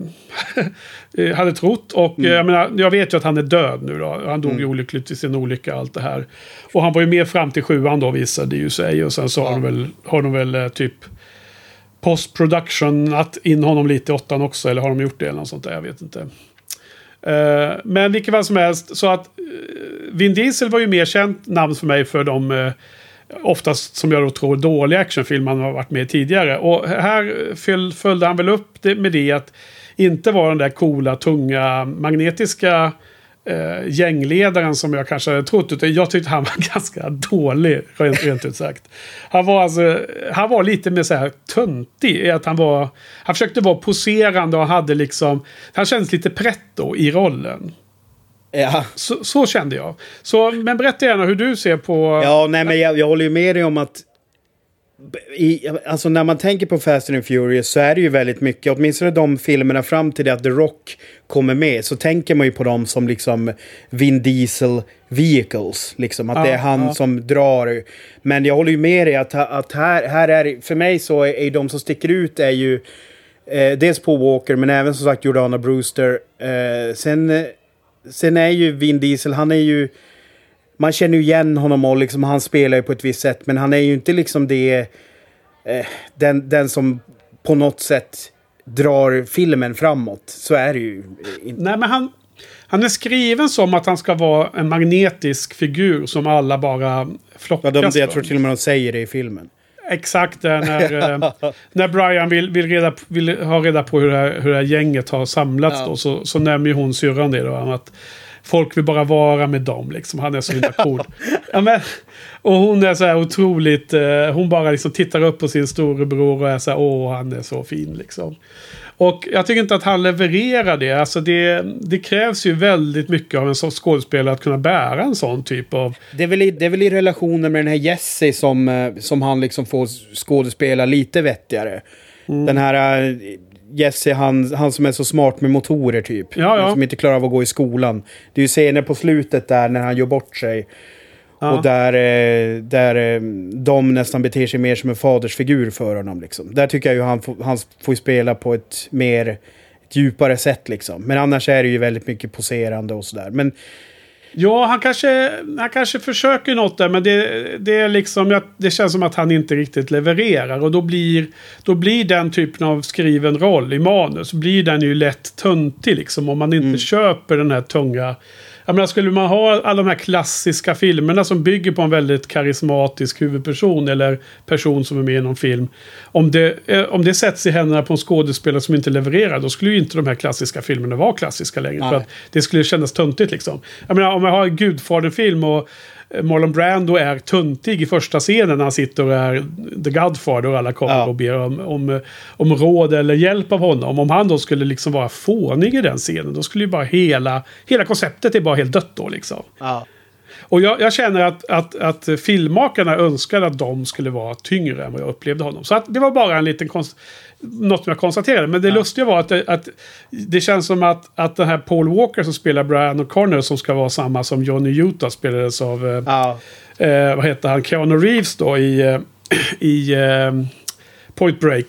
jag hade trott. Och mm. jag menar, jag vet ju att han är död nu då. Han dog mm. ju olyckligt i sin olycka allt det här. Och han var ju med fram till sjuan då visade ju sig. Och sen så ja. har de väl, har de väl typ post-production att in honom lite i åttan också. Eller har de gjort det eller något sånt där? Jag vet inte. Uh, men vilket fall som helst. Så att uh, Vin Diesel var ju mer känt namn för mig för de... Uh, oftast som jag då tror dåliga actionfilmer han har varit med tidigare. Och här föl, följde han väl upp det med det att inte vara den där coola, tunga, magnetiska eh, gängledaren som jag kanske hade trott. Utan jag tyckte han var ganska dålig, rent, rent ut sagt. Han var, alltså, han var lite mer så här töntig. Att han, var, han försökte vara poserande och hade liksom... Han kändes lite pretto i rollen. Ja. Så, så kände jag. Så, men berätta gärna hur du ser på... Ja, nej, men jag, jag håller ju med dig om att i, alltså när man tänker på Fast and Furious så är det ju väldigt mycket, åtminstone de filmerna fram till det att The Rock kommer med, så tänker man ju på dem som liksom Vin Diesel vehicles, liksom att ja, det är han ja. som drar. Men jag håller ju med dig att, att här, här är, för mig så är, är de som sticker ut är ju eh, dels Paul Walker men även som sagt Jordana Brewster. Eh, sen Sen är ju Vin Diesel, han är ju... man känner ju igen honom och liksom, han spelar ju på ett visst sätt. Men han är ju inte liksom det... Eh, den, den som på något sätt drar filmen framåt. Så är det ju inte. Nej, men han... Han är skriven som att han ska vara en magnetisk figur som alla bara flockas ja, de, jag tror till och med de säger det i filmen. Exakt, där när, när Brian vill, vill, reda, vill ha reda på hur det här, hur det här gänget har samlats ja. då, så, så nämner ju hon syrran det då, att folk vill bara vara med dem, liksom. Han är så himla cool. Ja, men, och hon är så här otroligt, eh, hon bara liksom tittar upp på sin storebror och är så här, åh, han är så fin, liksom. Och jag tycker inte att han levererar det. Alltså det, det krävs ju väldigt mycket av en sån skådespelare att kunna bära en sån typ av... Det är väl i, det är väl i relationen med den här Jesse som, som han liksom får skådespela lite vettigare. Mm. Den här uh, Jesse, han, han som är så smart med motorer typ. Ja, ja. Som inte klarar av att gå i skolan. Det är ju scener på slutet där när han gör bort sig. Ja. Och där, där de nästan beter sig mer som en fadersfigur för honom. Liksom. Där tycker jag ju han, får, han får spela på ett mer ett djupare sätt. Liksom. Men annars är det ju väldigt mycket poserande och sådär. Men... Ja, han kanske, han kanske försöker något där. Men det, det, är liksom, det känns som att han inte riktigt levererar. Och då blir, då blir den typen av skriven roll i manus. Blir den ju lätt töntig liksom. Om man inte mm. köper den här tunga... Jag menar, skulle man ha alla de här klassiska filmerna som bygger på en väldigt karismatisk huvudperson eller person som är med i någon film. Om det, om det sätts i händerna på en skådespelare som inte levererar, då skulle ju inte de här klassiska filmerna vara klassiska längre. Nej. För att det skulle kännas töntigt liksom. Jag menar, om jag har en Gudfadern-film och Marlon Brando är tuntig i första scenen när han sitter och är The Godfather och alla kommer ja. och ber om, om, om råd eller hjälp av honom. Om han då skulle liksom vara fånig i den scenen, då skulle ju bara hela, hela konceptet är bara helt dött då liksom. Ja. Och jag, jag känner att, att, att filmmakarna önskade att de skulle vara tyngre än vad jag upplevde honom. Så att det var bara en liten konst, något som jag konstaterade. Men det ja. lustiga var att det, att det känns som att, att den här Paul Walker som spelar Brian O'Connor, som ska vara samma som Johnny Utah spelades av ja. eh, vad heter han? Keanu Reeves då i, i eh, Point Break.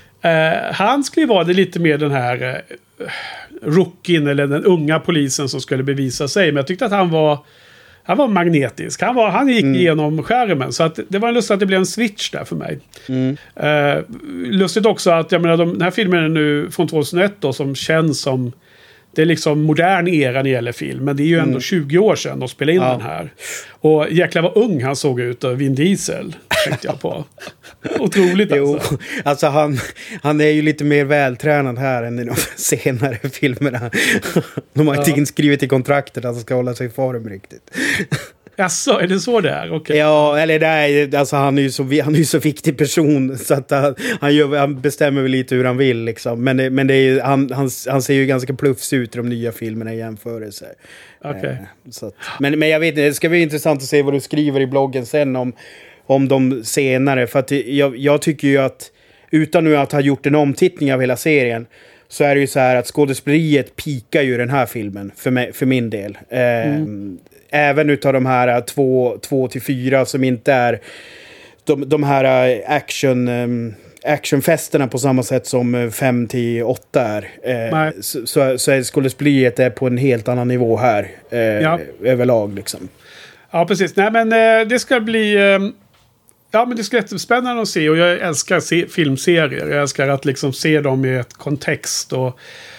Eh, han skulle ju vara det lite mer den här eh, rookien eller den unga polisen som skulle bevisa sig. Men jag tyckte att han var Han var magnetisk. Han, var, han gick mm. igenom skärmen. Så att det var lustigt att det blev en switch där för mig. Mm. Uh, lustigt också att jag menar, de, den här filmen är nu från tjugohundraett då, som känns som... Det är liksom modern era när det gäller film. Men det är ju ändå mm. tjugo år sedan de spelade in ja. den här. Och jäklar vad ung han såg ut. Och Vin Diesel tänkte jag på. Otroligt alltså. Jo, alltså han, han är ju lite mer vältränad här än i de senare filmerna. De har inte ja. inskrivit i kontraktet att han ska hålla sig i form riktigt. Jaså, är det så det är? Okay. Ja, eller nej, alltså han är ju så, han är ju så viktig person så att han, han, gör, han bestämmer väl lite hur han vill liksom. Men, det, men det är ju, han, han, han ser ju ganska pluffs ut i de nya filmerna i jämförelse. Okay. Eh, så att, men, men jag vet inte, det ska bli intressant att se vad du skriver i bloggen sen om, om de senare. För att jag, jag tycker ju att, utan nu att ha gjort en omtittning av hela serien, så är det ju så här att skådespeleriet pikar ju den här filmen för, mig, för min del. Eh, mm. Även utav de här två, två till fyra som inte är de, de här action, um, actionfesterna på samma sätt som fem till åtta är. Eh, så, så, så är skådespeleriet är på en helt annan nivå här. Eh, ja. Överlag liksom. Ja, precis. Nej, men eh, det ska bli... Eh, ja, men det ska bli jättespännande att se. Och jag älskar se, filmserier. Jag älskar att liksom se dem i ett kontext och...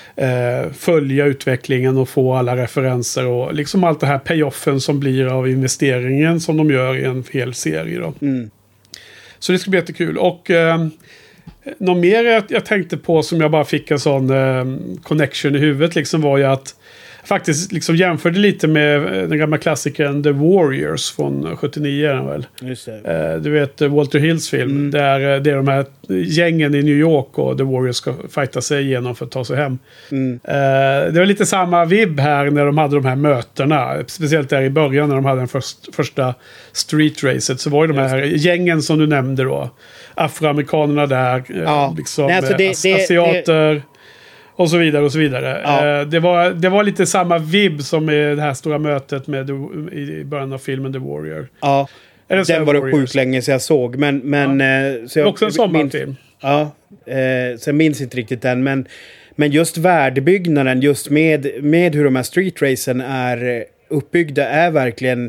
Uh, följa utvecklingen och få alla referenser och liksom allt det här payoffen som blir av investeringen som de gör i en hel serie då. Mm. Så det ska bli jättekul. Och uh, något mer jag, jag tänkte på som jag bara fick en sån uh, connection i huvudet liksom var ju att faktiskt liksom jämförde lite med den gamla klassikern The Warriors från sjuttionio är den väl. Just det. Du vet Walter Hills film mm. där det är de här gängen i New York och The Warriors ska fighta sig igenom för att ta sig hem. Mm. Det var lite samma vibb här när de hade de här mötena. Speciellt där i början när de hade den först, första street-racet så var ju de här gängen som du nämnde då. Afroamerikanerna där. Ja. Liksom, Nej, alltså det, as- asiater. Det... Och så vidare och så vidare. Ja. Uh, det, var, det var lite samma vibb som i det här stora mötet med the, i början av filmen The Warrior. Ja, den var det sjukt länge sedan jag såg. Men, men, ja. uh, så jag, också en sommarfilm. Ja, uh, så jag minns inte riktigt den. Men, men just värdebyggnaden, just med, med hur de här streetracen är uppbyggda är verkligen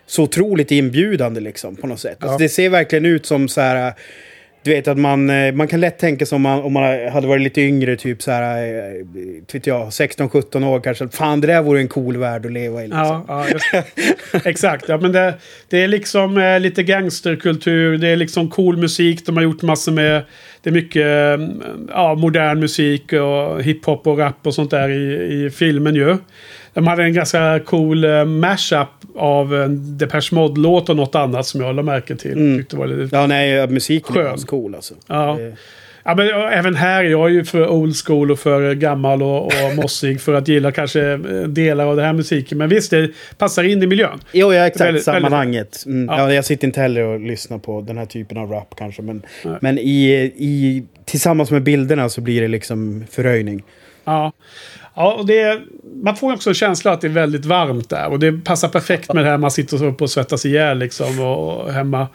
så otroligt inbjudande liksom på något sätt. Ja. Alltså, det ser verkligen ut som så här, du vet att man, man kan lätt tänka som man, om man hade varit lite yngre, typ så här, vet jag, sexton sjutton år kanske. Fan, det där vore en cool värld att leva i. Liksom. Ja, ja just, exakt. Ja, men det, det är liksom eh, lite gangsterkultur, det är liksom cool musik, de har gjort massor med, det är mycket ja, modern musik och hiphop och rap och sånt där i, i filmen ju. De hade en ganska cool uh, mashup av en Depeche Mode-låt och något annat som jag lade märke till. Mm. Tyckte var lite ja, nej, musiken skön. är så cool alltså. Ja. Det... Ja, men även här, jag är ju för old school och för gammal och, och mossig för att gilla kanske delar av den här musiken. Men visst, det passar in i miljön. Jo, ja, exakt. Väldigt, sammanhanget. Mm. Ja. Ja, jag sitter inte heller och lyssnar på den här typen av rap kanske. Men, men i, i, tillsammans med bilderna så blir det liksom förröjning. Ja. Ja, och det, man får också en känsla att det är väldigt varmt där. Och det passar perfekt med det här man sitter upp och svettas ihjäl liksom och, och hemma.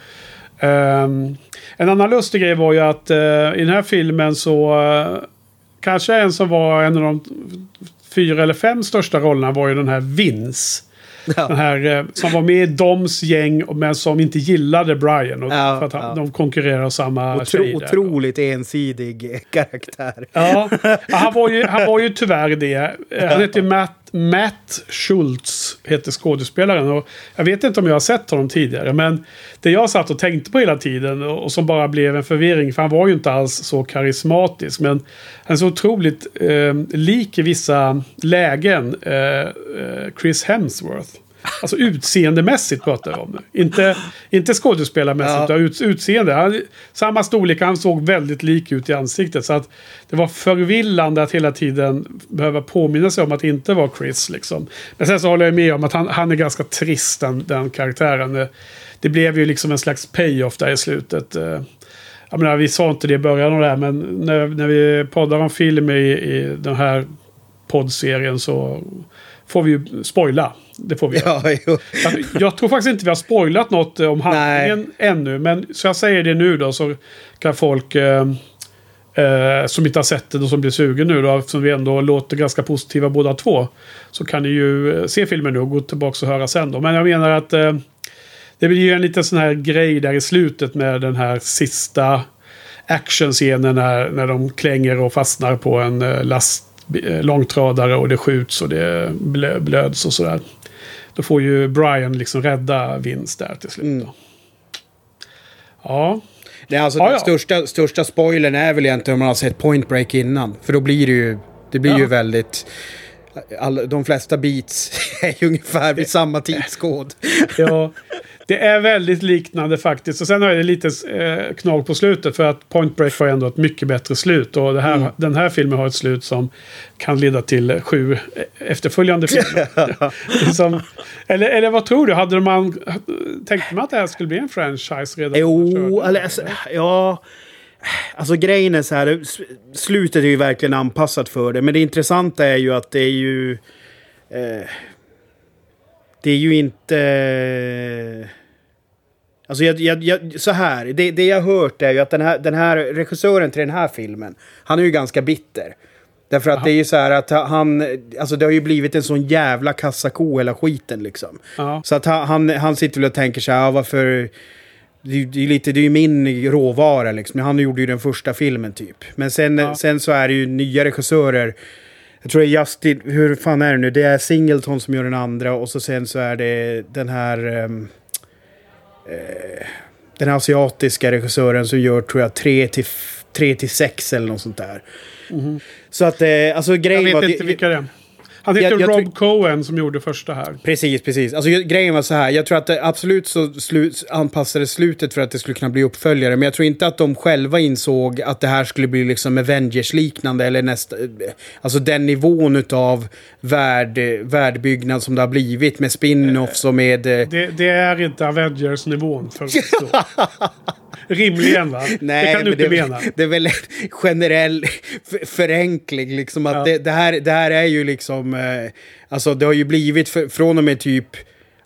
Um, en annan lustig grej var ju att uh, i den här filmen så uh, kanske en som var en av de fyra eller fem största rollerna var ju den här Vince. Ja. Den här uh, som var med i Doms gäng men som inte gillade Brian och, ja, för att han, ja. de konkurrerar samma Otro, tjej där. Otroligt ensidig karaktär. Ja, han var ju, han var ju tyvärr det. Han heter Matt, Matt Schultz heter skådespelaren. Och jag vet inte om jag har sett honom tidigare. Men det jag satt och tänkte på hela tiden och, och som bara blev en förvirring. För han var ju inte alls så karismatisk. Men han är så otroligt eh, lik i vissa lägen eh, Chris Hemsworth. Alltså utseendemässigt pratar jag om. Inte, inte skådespelarmässigt, ja. utan ut, utseende. Han, samma storlek, han såg väldigt lik ut i ansiktet. Så att det var förvillande att hela tiden behöva påminna sig om att det inte var Chris. Liksom. Men sen så håller jag med om att han, han är ganska trist, den, den karaktären. Det blev ju liksom en slags payoff där i slutet. Jag menar, vi sa inte det i början av det här, men när, när vi poddar om film i, i den här poddserien så får vi ju spoila. Det får vi ja, jag, jag tror faktiskt inte vi har spoilat något om handlingen Nej. ännu. Men så jag säger det nu då, så kan folk eh, eh, som inte har sett det och som blir sugen nu då, eftersom vi ändå låter ganska positiva båda två, så kan ni ju se filmen nu och gå tillbaka och höra sen då. Men jag menar att eh, det blir ju en liten sån här grej där i slutet med den här sista actionscenen när, när de klänger och fastnar på en eh, last långtradare och det skjuts och det blö, blöds och sådär. Då får ju Brian liksom rädda Vince där till slut. Mm. Ja. Det är alltså ja, den ja. Största, största spoilern är väl egentligen om man har sett Point Break innan. För då blir det ju, det blir ja. ju väldigt... All, de flesta beats är ju ungefär vid samma tidskod. Ja, det är väldigt liknande faktiskt. Och sen har det lite eh, knag på slutet för att Point Break har ändå ett mycket bättre slut. Och det här, mm. den här filmen har ett slut som kan leda till sju efterföljande filmer. Som, eller, eller vad tror du? Hade man, tänkte man att det här skulle bli en franchise redan? Jo, eller, alltså, ja... Alltså grejen är så här, slutet är ju verkligen anpassat för det. Men det intressanta är ju att det är ju... Eh, det är ju inte... Eh, alltså jag, jag, jag, så här, det, det jag har hört är ju att den här, den här regissören till den här filmen, han är ju ganska bitter. Därför att Aha. det är ju så här att han... Alltså det har ju blivit en sån jävla kassako hela skiten liksom. Aha. Så att han, han sitter väl och tänker så här, ja, varför... Det är, det är lite, det är ju min råvara liksom. Han gjorde ju den första filmen typ. Men sen, ja. sen så är det ju nya regissörer. Jag tror det är Justin, hur fan är det nu? Det är Singleton som gör den andra. Och så sen så är det den här um, eh, den asiatiska regissören som gör, tror jag, tre till, tre till sex eller något sånt där. Mm-hmm. Så att, eh, alltså grejen Jag vet var, inte vilka det är. Han heter jag, jag Rob Cohen som gjorde första här. Precis, precis. Alltså grejen var så här. Jag tror att det absolut så slu- anpassade slutet för att det skulle kunna bli uppföljare. Men jag tror inte att de själva insåg att det här skulle bli liksom Avengers-liknande. Eller nästa... Alltså den nivån utav värld, världbyggnad som det har blivit. Med spin-offs och med... Det, det är inte Avengers-nivån för rimligen, va? Nej, det kan du inte det, mena. Det är väl en generell f- förenkling liksom att ja. det, det, här, det här är ju liksom eh, alltså det har ju blivit för, från och med typ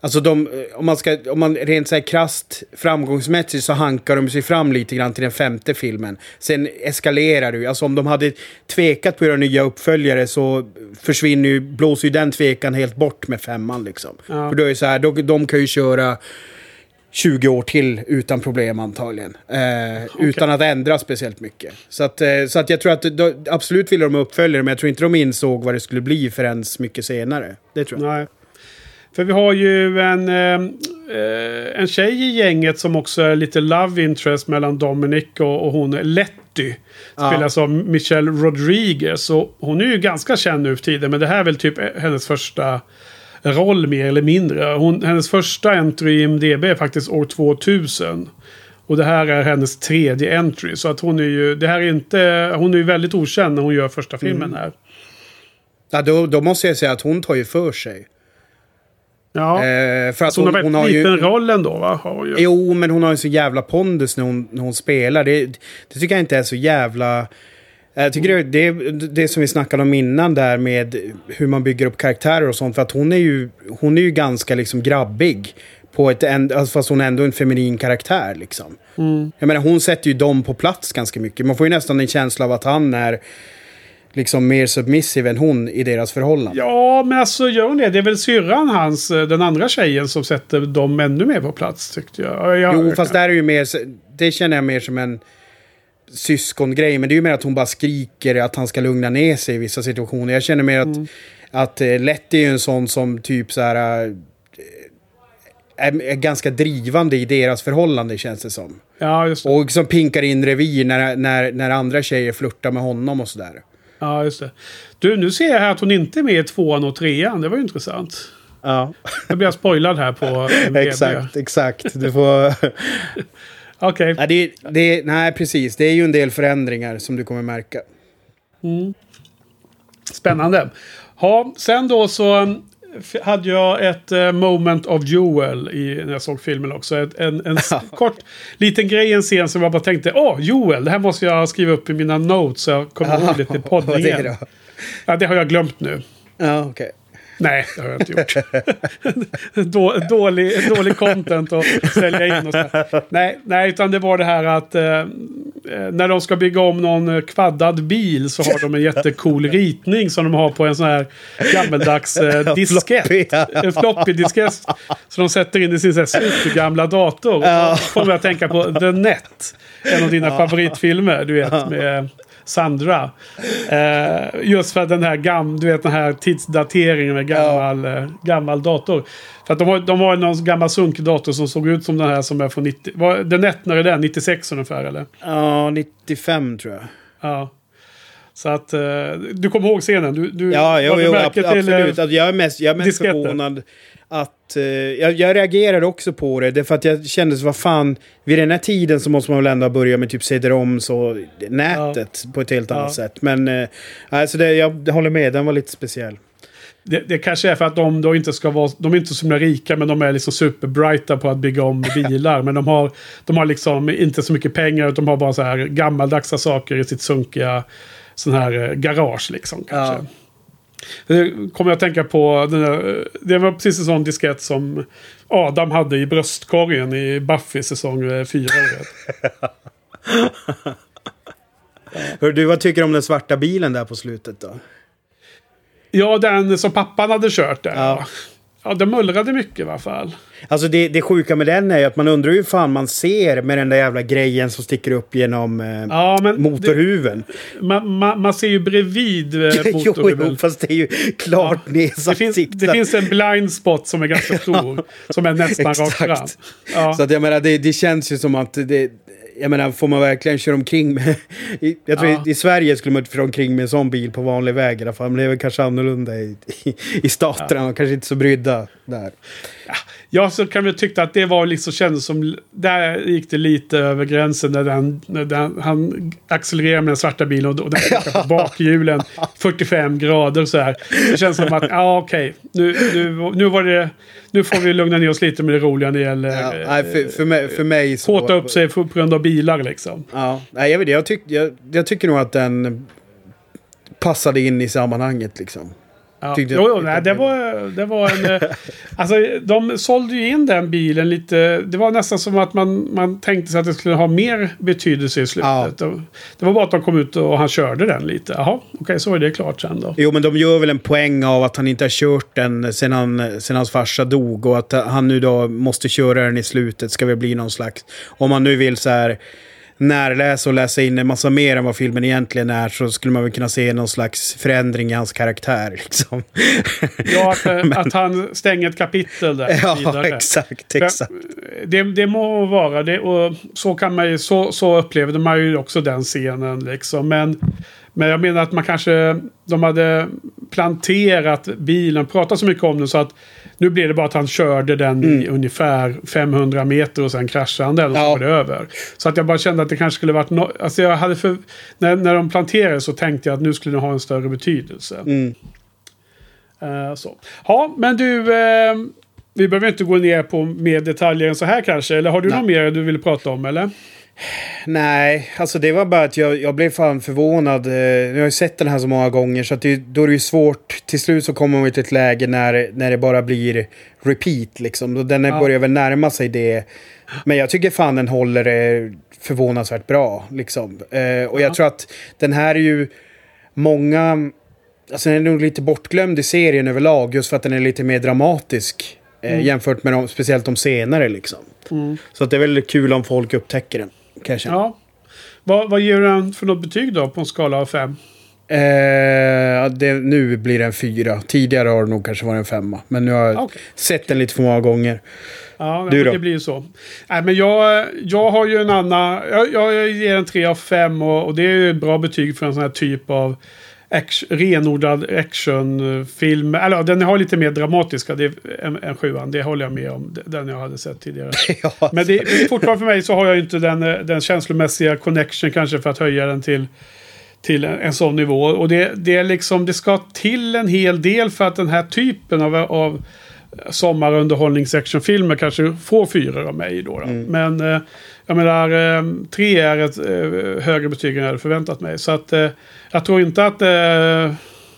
Alltså de, om man ska, om man rent så här krasst framgångsmässigt så hankar de sig fram lite grann till den femte filmen. Sen eskalerar det ju. Alltså om de hade tvekat på att göra nya uppföljare så försvinner ju, blåser ju den tvekan helt bort med femman liksom. Ja. För då är det så här, de, de kan ju köra tjugo år till utan problem antagligen. Eh, okay. Utan att ändra speciellt mycket. Så att, eh, så att jag tror att då, absolut ville de uppfölja det, men jag tror inte de insåg vad det skulle bli förrän mycket senare. Det tror jag. Nej. För vi har ju en, eh, en tjej i gänget som också är lite love interest mellan Dominic och, och hon Letty. Spelas ja. av Michelle Rodriguez. Och hon är ju ganska känd nu för tiden, men det här är väl typ hennes första roll mer eller mindre. Hon, hennes första entry i I M D B är faktiskt år tvåtusen. Och det här är hennes tredje entry. Så att hon är ju, det här är inte, hon är ju väldigt okänd när hon gör första filmen mm. här. Ja, då, då måste jag säga att hon tar ju för sig. Ja, eh, för att hon, hon har väldigt hon har liten ju, roll ändå va? Har ju. Jo, men hon har ju så jävla pondus när hon, när hon spelar. Det, det tycker jag inte är så jävla... Jag tycker mm. det, det, det som vi snackade om innan där med hur man bygger upp karaktärer och sånt. För att hon är ju, hon är ju ganska liksom grabbig. På ett, alltså fast hon är ändå en feminin karaktär liksom. Mm. Jag menar, hon sätter ju dem på plats ganska mycket. Man får ju nästan en känsla av att han är... liksom mer submissive än hon i deras förhållande. Ja, men alltså gör hon det? Det är väl syrran hans, den andra tjejen som sätter dem ännu mer på plats, tyckte jag. jag jo, fast där är ju mer, det känner jag mer som en syskongrej, men det är ju mer att hon bara skriker att han ska lugna ner sig i vissa situationer. Jag känner mer att, mm. att uh, Letty är ju en sån som typ så här uh, är, är ganska drivande i deras förhållande, känns det som. Ja, just det. Och som pinkar in revir när, när, när andra tjejer flirtar med honom och sådär. Ja, just det. Du, nu ser jag här att hon inte är med i tvåan och trean. Det var ju intressant. Ja. Jag blir spoilad här på exakt, exakt. Du får... Okej. Okay. Nej, det, det, nej, precis. Det är ju en del förändringar som du kommer märka. Mm. Spännande. Ja, sen då så hade jag ett uh, moment of Joel i, när jag såg filmen också. Ett, en en kort liten grej i en scen som jag bara tänkte, åh, Joel, det här måste jag skriva upp i mina notes så jag kommer ihåg det till podden igen. Ja, det har jag glömt nu. Ja, okej. Okay. Nej, det har jag inte gjort. Då, dålig, dålig content och sälja in och så. Nej, nej, utan det var det här att eh, när de ska bygga om någon kvaddad bil så har de en jättecool ritning som de har på en sån här gammeldags eh, diskett. En floppy diskett. Så de sätter in i sin så här supergamla dator. Och då kommer jag att tänka på The Net. En av dina favoritfilmer, du vet, med... Sandra. Eh, just för den här gam, du vet den här tidsdateringen med gammal, ja. eh, gammal dator. För att de har, de har någon gammal sunkig dator som såg ut som den här som är från nittio. Var det net när det är den? nittiosex ungefär eller? Ja, nittiofem tror jag. Ja. Så att eh, du kommer ihåg scenen. Du, du, ja, jo, jo, ab- till, absolut. Alltså, jag är mest, jag är mest förvånad att eh, jag, jag reagerade också på det. Det är för att jag kände så, vad fan, vid den här tiden så måste man väl ändå börja med typ C D-ROMs och nätet ja. på ett helt annat ja. sätt. Men eh, alltså det, jag håller med, den var lite speciell. Det, det kanske är för att de då inte ska vara, de är inte så rika, men de är liksom superbrighta på att bygga om bilar. Men de har, de har liksom inte så mycket pengar, utan de har bara så här gammaldagsa saker i sitt sunkiga sån här garage liksom kanske. Ja. Det kommer jag att tänka på den där, det var precis en sån diskett som Adam hade i bröstkorgen i Buffy säsong fyra. Hör du, vad tycker du om den svarta bilen där på slutet då? Ja, den som pappan hade kört där. Ja. Ja, det mullrade mycket i alla fall. Alltså det, det sjuka med den är ju att man undrar hur fan man ser med den där jävla grejen som sticker upp genom eh, ja, motorhuven. Det, man, man, man ser ju bredvid eh, motorhuven. Jo, fast det är ju klart ja, nedsatt. Det finns, det finns en blind spot som är ganska stor. Som är nästan rakt fram. Ja. Så att jag menar, det, det känns ju som att det... Jag menar, får man verkligen köra omkring med... I, jag tror ja. i, i Sverige skulle man inte köra omkring med en sån bil på vanlig väg i alla fall. Men det är väl kanske annorlunda i, i, i staterna. Ja. Man kanske inte så brydda där. Ja, ja, så kan vi tycka att det var liksom, kändes som... Där gick det lite över gränsen när, den, när den, han accelererade med den svarta bilen och, och den gick på bakhjulen fyrtiofem grader så här. Det känns som att, ja okej, nu, nu, nu var det... Nu får vi lugna ner oss lite med det roliga när det gäller... Ja, nej, för, för mig, för mig så... Påta upp sig på grund av bilar liksom. Ja, nej, jag vet det. Jag, tyck, jag, jag tycker nog att den passade in i sammanhanget liksom. Ja. Jo, jo, nej, det var, det var en... alltså, de sålde ju in den bilen lite... Det var nästan som att man, man tänkte sig att det skulle ha mer betydelse i slutet. Ja. Det var bara att de kom ut och han körde den lite. Jaha, okej, okay, så är det klart sen då. Jo, men de gör väl en poäng av att han inte har kört den sen, han, sen hans farsa dog. Och att han nu då måste köra den i slutet. Ska väl bli någon slags... Om man nu vill så här... närläsa och läsa in en massa mer än vad filmen egentligen är, så skulle man väl kunna se någon slags förändring i hans karaktär liksom. Ja, att, Men, att han stänger ett kapitel där. Ja, vidare. exakt, exakt. Det, det må vara det, och så kan man ju, så, så upplevde man ju också den scenen liksom. Men, men jag menar att man kanske, de hade planterat bilen, pratat så mycket om den så att nu blev det bara att han körde den mm. i ungefär femhundra meter och sen kraschade han den och så var det över. Så att jag bara kände att det kanske skulle varit... No- alltså jag hade för... När, när de planterade så tänkte jag att nu skulle det ha en större betydelse. Mm. Uh, så. Ja, men du... Uh, vi behöver inte gå ner på mer detaljer än så här kanske. Eller har du Nej. något mer du vill prata om, eller? Nej, alltså det var bara att jag, jag blev fan förvånad. Jag har ju sett den här så många gånger så att det, då är det ju svårt. Till slut så kommer man till ett läge när, när det bara blir repeat liksom. Den ja. börjar väl närma sig det. Men jag tycker fan den håller det förvånansvärt bra liksom. Eh, och ja. jag tror att den här är ju många... Alltså den är nog lite bortglömd i serien överlag just för att den är lite mer dramatisk. Mm. Eh, jämfört med de, speciellt de senare liksom. Mm. Så att det är väldigt kul om folk upptäcker den. Kanske. Ja. Vad, vad ger du den för något betyg då på en skala av fem? Eh, det, nu blir det en fyra. Tidigare har det nog kanske varit en femma. Men nu har jag okay. sett den lite för många gånger. Ja, du då? Det blir ju så. Nej, men jag, jag har ju en annan... Jag, jag ger en tre av fem och, och det är ju ett bra betyg för en sån här typ av action, renodlad actionfilm. Eller den har lite mer dramatiska det är en, en sjuan. Det håller jag med om. Den jag hade sett tidigare. Ja. Men det, det fortfarande för mig så har jag inte den, den känslomässiga connection kanske för att höja den till till en, en sån nivå. Och det, det är liksom, det ska till en hel del för att den här typen av, av sommarunderhållningsactionfilmer kanske får fyra av mig då. då. Mm. Men eh, jag menar, eh, tre är ett eh, högre betyg än jag hade förväntat mig. Så att eh, jag tror inte att eh,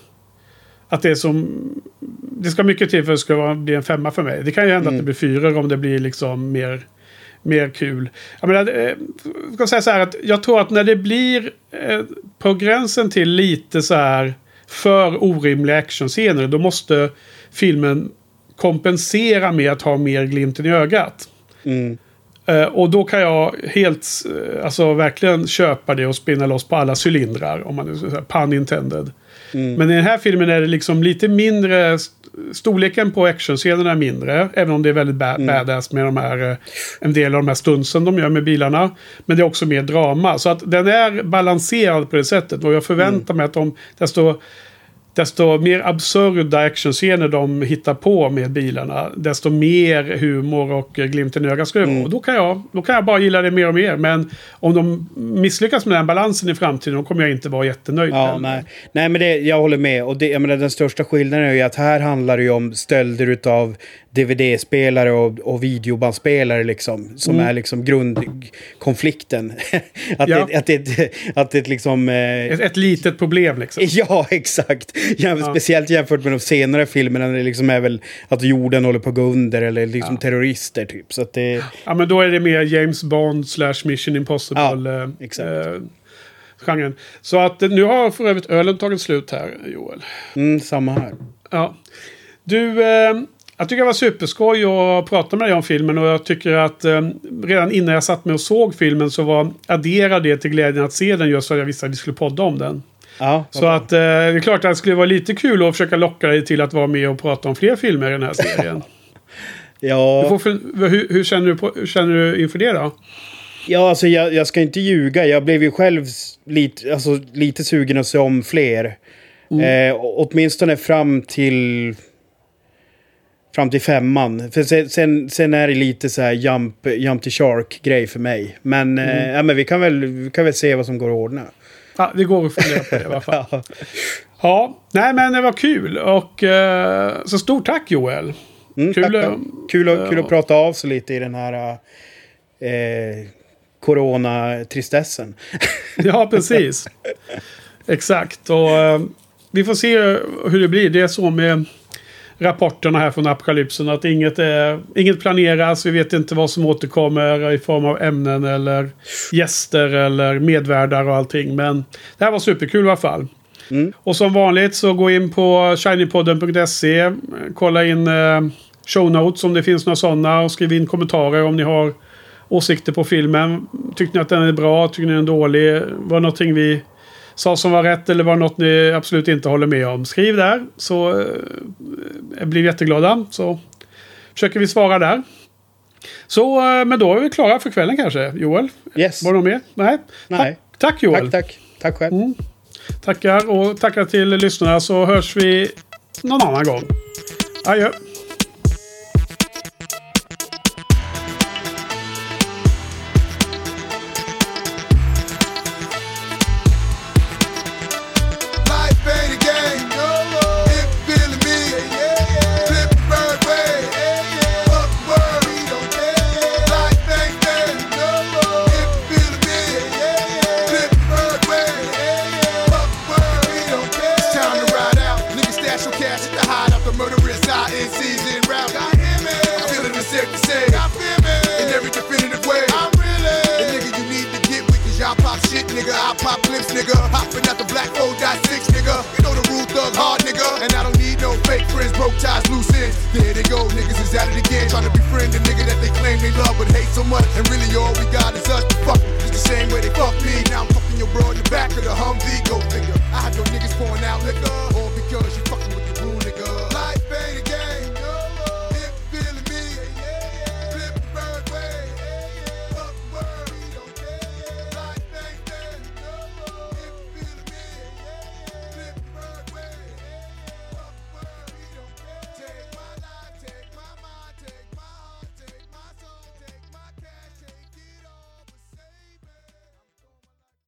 att det är som det ska mycket till för att det ska bli en femma för mig. Det kan ju hända mm. att det blir fyra om det blir liksom mer mer kul. Jag menar, eh, jag ska säga så här att jag tror att när det blir eh, på gränsen till lite så här för orimliga actionscener, då måste filmen kompensera med att ha mer glimten i ögat. Mm. Uh, och då kan jag helt, uh, alltså verkligen köpa det och spinna loss på alla cylindrar, om man nu säger pun intended. Mm. Men i den här filmen är det liksom lite mindre, st- storleken på actionscenerna är mindre, även om det är väldigt ba- mm. badass med de här, uh, en del av de här stunsen de gör med bilarna. Men det är också mer drama. Så att den är balanserad på det sättet, och jag förväntar mm. mig att de, desto Desto mer absurda actionscener de hittar på med bilarna, desto mer humor och glimten i ögat ska det vara. Mm. Då kan jag, då kan jag bara gilla det mer och mer. Men om de misslyckas med den balansen i framtiden, då kommer jag inte vara jättenöjd. Ja, nej. nej, men det, jag håller med. Och det, jag menar, den största skillnaden är ju att här handlar det ju om stölder utav D V D-spelare och, och videobandspelare liksom, som mm. är liksom grundkonflikten. att, ja. det, att, det, att det liksom... Eh, ett, ett litet problem liksom. Ja, exakt. Ja, ja. Speciellt jämfört med de senare filmerna, när det liksom är väl att jorden håller på att gå under, eller liksom ja. terrorister typ. Så att det... Ja, men då är det mer James Bond slash Mission Impossible ja, eh, exakt. Eh, genren. Så att nu har för övrigt ölen tagit slut här, Joel. Mm, samma här. Ja. Du... Eh, Jag tycker det var superskoj att prata med dig om filmen, och jag tycker att eh, redan innan jag satt med och såg filmen så var adderade det till glädjen att se den, just för att jag visste att vi skulle podda om den. Ja, så att eh, det är klart att det skulle vara lite kul att försöka locka dig till att vara med och prata om fler filmer i den här serien. Ja. Du får, hur, hur, känner du på, hur känner du inför det då? Ja, alltså jag, jag ska inte ljuga. Jag blev ju själv lite, alltså, lite sugen att se om fler. Mm. Eh, åtminstone fram till... Fram till femman. För sen, sen, sen är det lite så här jump, jump to shark-grej för mig. Men, mm. eh, ja, men vi, kan väl, vi kan väl se vad som går att ordna. Ja, det går att fundera på det i alla fall. ja. ja, nej men det var kul. Och eh, så stort tack, Joel. Mm, kul, tack, äh, kul, att, kul att prata av sig lite i den här eh, corona-tristessen. ja, precis. Exakt. Och... Eh, vi får se hur det blir. Det är så med rapporterna här från Apokalypsen att inget, är, inget planeras. Vi vet inte vad som återkommer i form av ämnen eller gäster eller medvärdar och allting. Men det här var superkul i alla fall. Mm. Och som vanligt så gå in på shinypodden punkt se, kolla in eh, show notes om det finns några sådana och skriv in kommentarer om ni har åsikter på filmen. Tyckte ni att den är bra? Tyckte ni den är dålig? Var det någonting vi sa som var rätt eller var det något ni absolut inte håller med om? Skriv där så eh, jag blir jätteglada. Så försöker vi svara där. Så eh, men då är vi klara för kvällen kanske, Joel. Yes. Var du med? Nej. Nej. Ta- tack Joel. Tack, tack. Tack själv. Mm. Tackar och tackar till lyssnarna så hörs vi någon annan gång. Adjö. Apocalypse, nigga, hopping out the black four dot six, nigga. You know the rule, thug hard, nigga. And I don't need no fake friends, broke ties, loose ends. There they go, niggas is at it again, trying to befriend the nigga that they claim they love but hate so much. And really all we got is us to fuck. It's the same way they fuck me. Now I'm fucking your bro in the back of the Humvee, go figure. I had no niggas pouring out liquor, all because you fucking